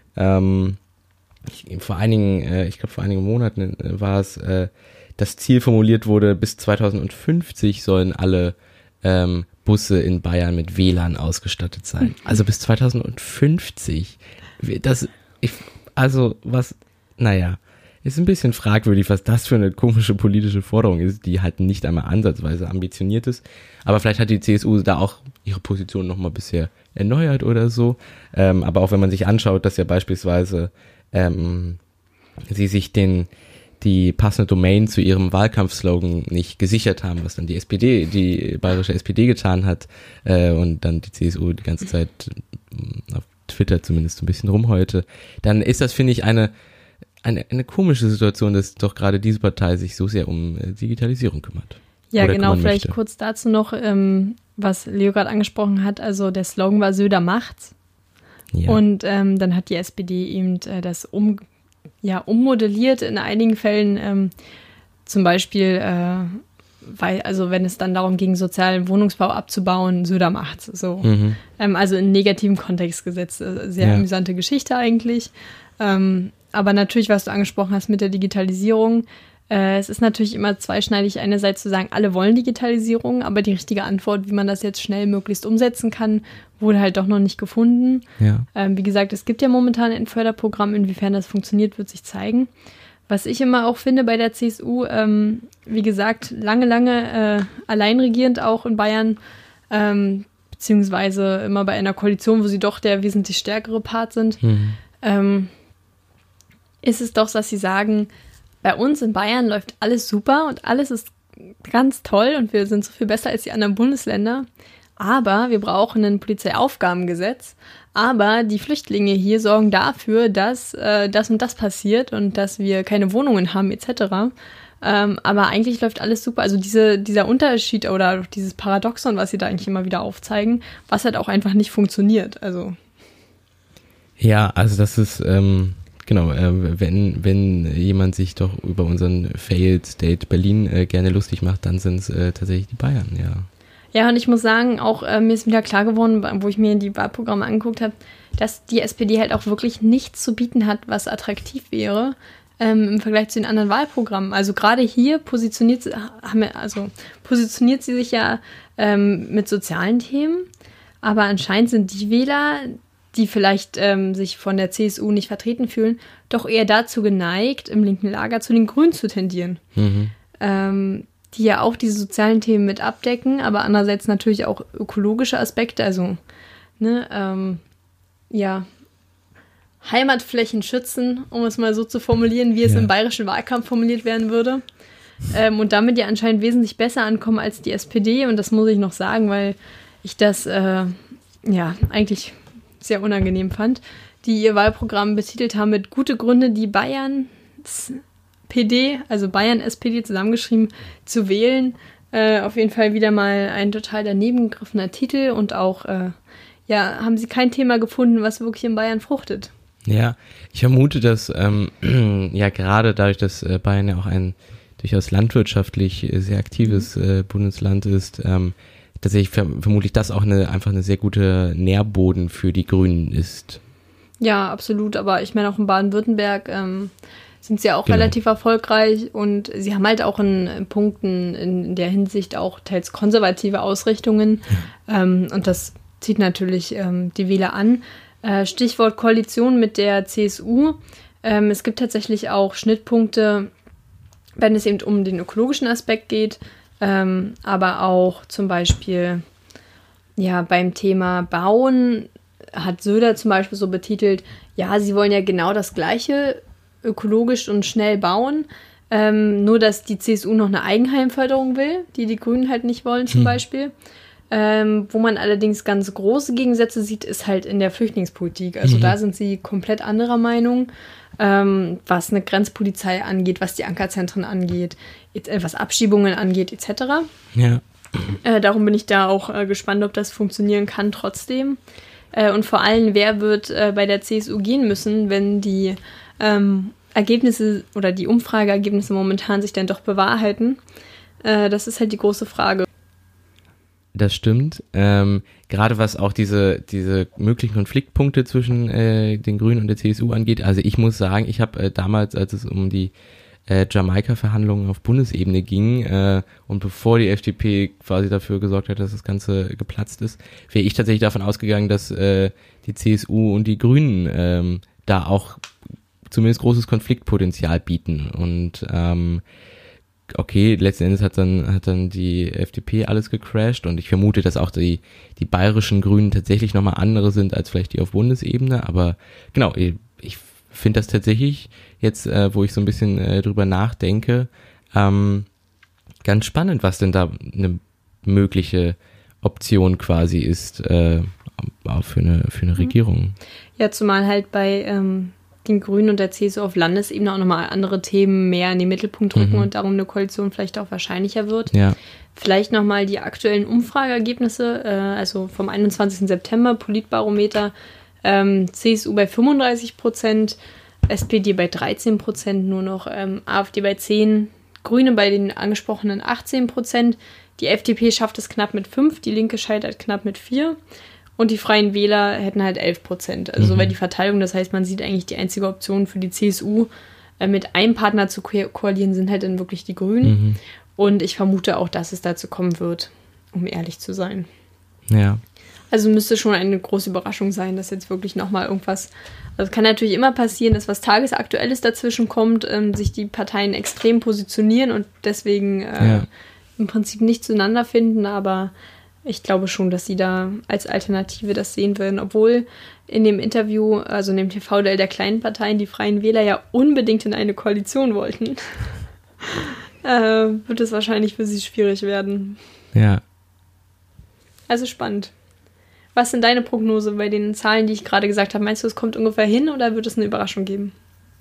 vor einigen Monaten war es, das Ziel formuliert wurde, bis 2050 sollen alle Busse in Bayern mit WLAN ausgestattet sein. Also bis 2050. Ist ein bisschen fragwürdig, was das für eine komische politische Forderung ist, die halt nicht einmal ansatzweise ambitioniert ist. Aber vielleicht hat die CSU da auch ihre Position nochmal bisher erneuert oder so. Aber auch wenn man sich anschaut, dass ja beispielsweise sie sich die passende Domain zu ihrem Wahlkampfslogan nicht gesichert haben, was dann die bayerische SPD getan hat und dann die CSU die ganze Zeit auf Twitter zumindest ein bisschen rumheulte, dann ist das, finde ich, eine komische Situation, dass doch gerade diese Partei sich so sehr um Digitalisierung kümmert. Ja, genau, vielleicht kurz dazu noch, was Leo gerade angesprochen hat, also der Slogan war Söder macht's. Ja. Und dann hat die SPD eben das ummodelliert in einigen Fällen, zum Beispiel, wenn es dann darum ging, sozialen Wohnungsbau abzubauen, Söder macht's. So. Also in negativen Kontext gesetzt. Sehr amüsante Geschichte eigentlich. Aber natürlich, was du angesprochen hast mit der Digitalisierung, es ist natürlich immer zweischneidig, einerseits zu sagen, alle wollen Digitalisierung, aber die richtige Antwort, wie man das jetzt schnell möglichst umsetzen kann, wurde halt doch noch nicht gefunden. Ja. Wie gesagt, es gibt ja momentan ein Förderprogramm, inwiefern das funktioniert, wird sich zeigen. Was ich immer auch finde bei der CSU, wie gesagt, lange alleinregierend auch in Bayern, beziehungsweise immer bei einer Koalition, wo sie doch der wesentlich stärkere Part sind, ist es doch, dass sie sagen, bei uns in Bayern läuft alles super und alles ist ganz toll und wir sind so viel besser als die anderen Bundesländer. Aber wir brauchen ein Polizeiaufgabengesetz. Aber die Flüchtlinge hier sorgen dafür, dass das und das passiert und dass wir keine Wohnungen haben etc. Aber eigentlich läuft alles super. Also dieser Unterschied oder dieses Paradoxon, was sie da eigentlich immer wieder aufzeigen, was halt auch einfach nicht funktioniert. Also ja, also das ist genau, wenn jemand sich doch über unseren Failed State Berlin gerne lustig macht, dann sind es tatsächlich die Bayern, ja. Ja, und ich muss sagen, auch mir ist wieder klar geworden, wo ich mir die Wahlprogramme angeguckt habe, dass die SPD halt auch wirklich nichts zu bieten hat, was attraktiv wäre im Vergleich zu den anderen Wahlprogrammen. Also gerade hier positioniert sie sich ja mit sozialen Themen, aber anscheinend sind die Wähler, die vielleicht sich von der CSU nicht vertreten fühlen, doch eher dazu geneigt, im linken Lager zu den Grünen zu tendieren. Die ja auch diese sozialen Themen mit abdecken, aber andererseits natürlich auch ökologische Aspekte, also Heimatflächen schützen, um es mal so zu formulieren, wie es im bayerischen Wahlkampf formuliert werden würde. Und damit ja anscheinend wesentlich besser ankommen als die SPD. Und das muss ich noch sagen, weil ich das eigentlich sehr unangenehm fand, die ihr Wahlprogramm betitelt haben mit gute Gründe, die Bayern PD, also Bayern SPD zusammengeschrieben, zu wählen. Auf jeden Fall wieder mal ein total daneben gegriffener Titel und auch haben sie kein Thema gefunden, was wirklich in Bayern fruchtet. Ja, ich vermute, dass gerade dadurch, dass Bayern ja auch ein durchaus landwirtschaftlich sehr aktives Bundesland ist, tatsächlich vermutlich das auch einfach eine sehr gute Nährboden für die Grünen ist. Ja, absolut. Aber ich meine, auch in Baden-Württemberg sind sie auch relativ erfolgreich und sie haben halt auch in Punkten in der Hinsicht auch teils konservative Ausrichtungen. Und das zieht natürlich die Wähler an. Stichwort Koalition mit der CSU. Es gibt tatsächlich auch Schnittpunkte, wenn es eben um den ökologischen Aspekt geht, aber auch zum Beispiel beim Thema Bauen hat Söder zum Beispiel so betitelt, ja, sie wollen ja genau das Gleiche, ökologisch und schnell bauen, nur dass die CSU noch eine Eigenheimförderung will, die Grünen halt nicht wollen zum Beispiel. Wo man allerdings ganz große Gegensätze sieht, ist halt in der Flüchtlingspolitik. Also da sind sie komplett anderer Meinung, was eine Grenzpolizei angeht, was die Ankerzentren angeht, was Abschiebungen angeht, etc. Ja. Darum bin ich da auch gespannt, ob das funktionieren kann trotzdem. Und vor allem, wer wird bei der CSU gehen müssen, wenn die Ergebnisse oder die Umfrageergebnisse momentan sich dann doch bewahrheiten. Das ist halt die große Frage. Das stimmt. Gerade was auch diese möglichen Konfliktpunkte zwischen den Grünen und der CSU angeht. Also ich muss sagen, ich habe damals, als es um die Jamaika-Verhandlungen auf Bundesebene ging und bevor die FDP quasi dafür gesorgt hat, dass das Ganze geplatzt ist, wäre ich tatsächlich davon ausgegangen, dass die CSU und die Grünen da auch zumindest großes Konfliktpotenzial bieten. Und okay, letzten Endes hat dann die FDP alles gecrashed und ich vermute, dass auch die bayerischen Grünen tatsächlich nochmal andere sind als vielleicht die auf Bundesebene, aber genau, ich finde das tatsächlich jetzt, wo ich so ein bisschen drüber nachdenke, ganz spannend, was denn da eine mögliche Option quasi ist auch für eine Regierung. Ja, zumal halt bei den Grünen und der CSU auf Landesebene auch nochmal andere Themen mehr in den Mittelpunkt rücken und darum eine Koalition vielleicht auch wahrscheinlicher wird. Ja. Vielleicht nochmal die aktuellen Umfrageergebnisse, also vom 21. September, Politbarometer, CSU bei 35%, SPD bei 13% nur noch, AfD bei 10%, Grüne bei den angesprochenen 18%, die FDP schafft es knapp mit 5%, die Linke scheitert knapp mit 4%. Und die Freien Wähler hätten halt 11%. Also soweit die Verteilung. Das heißt, man sieht eigentlich die einzige Option für die CSU, mit einem Partner zu koalieren, sind halt dann wirklich die Grünen. Und ich vermute auch, dass es dazu kommen wird, um ehrlich zu sein. Ja. Also müsste schon eine große Überraschung sein, dass jetzt wirklich nochmal irgendwas... Also es kann natürlich immer passieren, dass was Tagesaktuelles dazwischen kommt, sich die Parteien extrem positionieren und deswegen im Prinzip nicht zueinander finden, aber... Ich glaube schon, dass sie da als Alternative das sehen werden, obwohl in dem Interview, also in dem TV-Duell der kleinen Parteien, die Freien Wähler ja unbedingt in eine Koalition wollten, wird es wahrscheinlich für sie schwierig werden. Ja. Also spannend. Was sind deine Prognose bei den Zahlen, die ich gerade gesagt habe? Meinst du, es kommt ungefähr hin oder wird es eine Überraschung geben?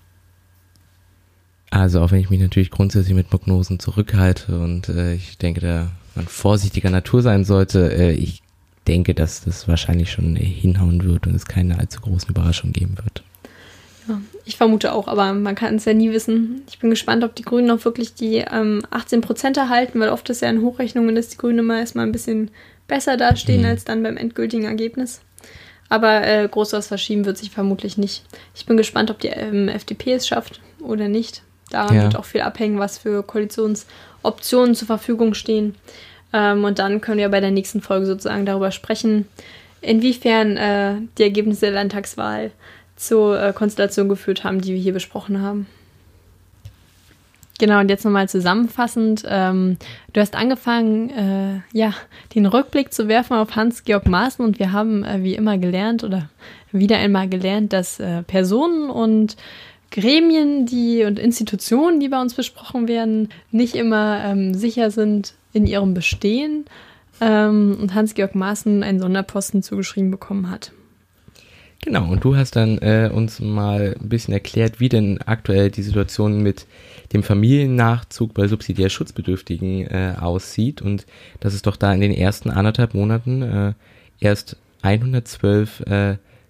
Also auch wenn ich mich natürlich grundsätzlich mit Prognosen zurückhalte und ich denke, da man vorsichtiger Natur sein sollte, ich denke, dass das wahrscheinlich schon hinhauen wird und es keine allzu großen Überraschungen geben wird. Ja, ich vermute auch, aber man kann es ja nie wissen. Ich bin gespannt, ob die Grünen noch wirklich die 18% erhalten, weil oft ist ja in Hochrechnungen, dass die Grünen immer erstmal ein bisschen besser dastehen als dann beim endgültigen Ergebnis. Aber groß was verschieben wird sich vermutlich nicht. Ich bin gespannt, ob die FDP es schafft oder nicht. Daran wird auch viel abhängen, was für Koalitionsoptionen zur Verfügung stehen. Und dann können wir bei der nächsten Folge sozusagen darüber sprechen, inwiefern die Ergebnisse der Landtagswahl zur Konstellation geführt haben, die wir hier besprochen haben. Genau, und jetzt nochmal zusammenfassend. Du hast angefangen, den Rückblick zu werfen auf Hans-Georg Maaßen und wir haben wie immer gelernt oder wieder einmal gelernt, dass Personen und Gremien und Institutionen, die bei uns besprochen werden, nicht immer sicher sind in ihrem Bestehen und Hans-Georg Maaßen einen Sonderposten zugeschrieben bekommen hat. Genau, und du hast dann uns mal ein bisschen erklärt, wie denn aktuell die Situation mit dem Familiennachzug bei subsidiär Schutzbedürftigen aussieht und dass es doch da in den ersten 1,5 Monaten erst 112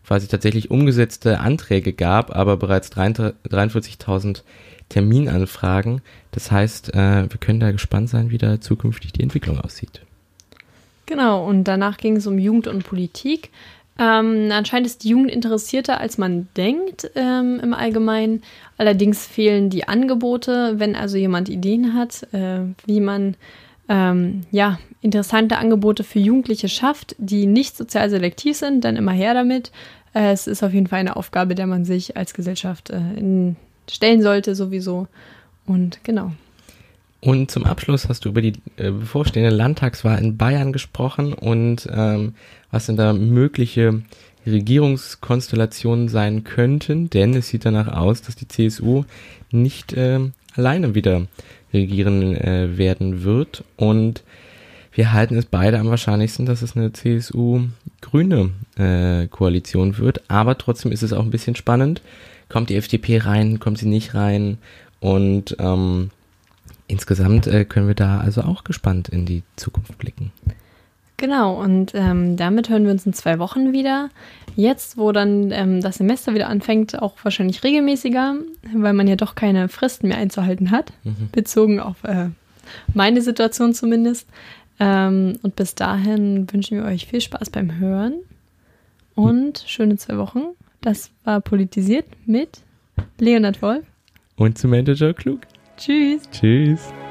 quasi tatsächlich umgesetzte Anträge gab, aber bereits 43.000 Terminanfragen. Das heißt, wir können da gespannt sein, wie da zukünftig die Entwicklung aussieht. Genau, und danach ging es um Jugend und Politik. Anscheinend ist die Jugend interessierter, als man denkt im Allgemeinen. Allerdings fehlen die Angebote, wenn also jemand Ideen hat, wie man interessante Angebote für Jugendliche schafft, die nicht sozial selektiv sind, dann immer her damit. Es ist auf jeden Fall eine Aufgabe, der man sich als Gesellschaft stellen sollte sowieso. Und genau. Und zum Abschluss hast du über die bevorstehende Landtagswahl in Bayern gesprochen und was denn da mögliche Regierungskonstellationen sein könnten, denn es sieht danach aus, dass die CSU nicht alleine wieder regieren werden wird, und wir halten es beide am wahrscheinlichsten, dass es eine CSU-grüne Koalition wird, aber trotzdem ist es auch ein bisschen spannend. Kommt die FDP rein, kommt sie nicht rein, und insgesamt können wir da also auch gespannt in die Zukunft blicken. Genau, und damit hören wir uns in 2 Wochen wieder. Jetzt, wo dann das Semester wieder anfängt, auch wahrscheinlich regelmäßiger, weil man ja doch keine Fristen mehr einzuhalten hat, bezogen auf meine Situation zumindest. Und bis dahin wünschen wir euch viel Spaß beim Hören und schöne 2 Wochen. Das war Politisiert mit Leonhard Wolf und Samantha Jo Klug. Tschüss. Tschüss.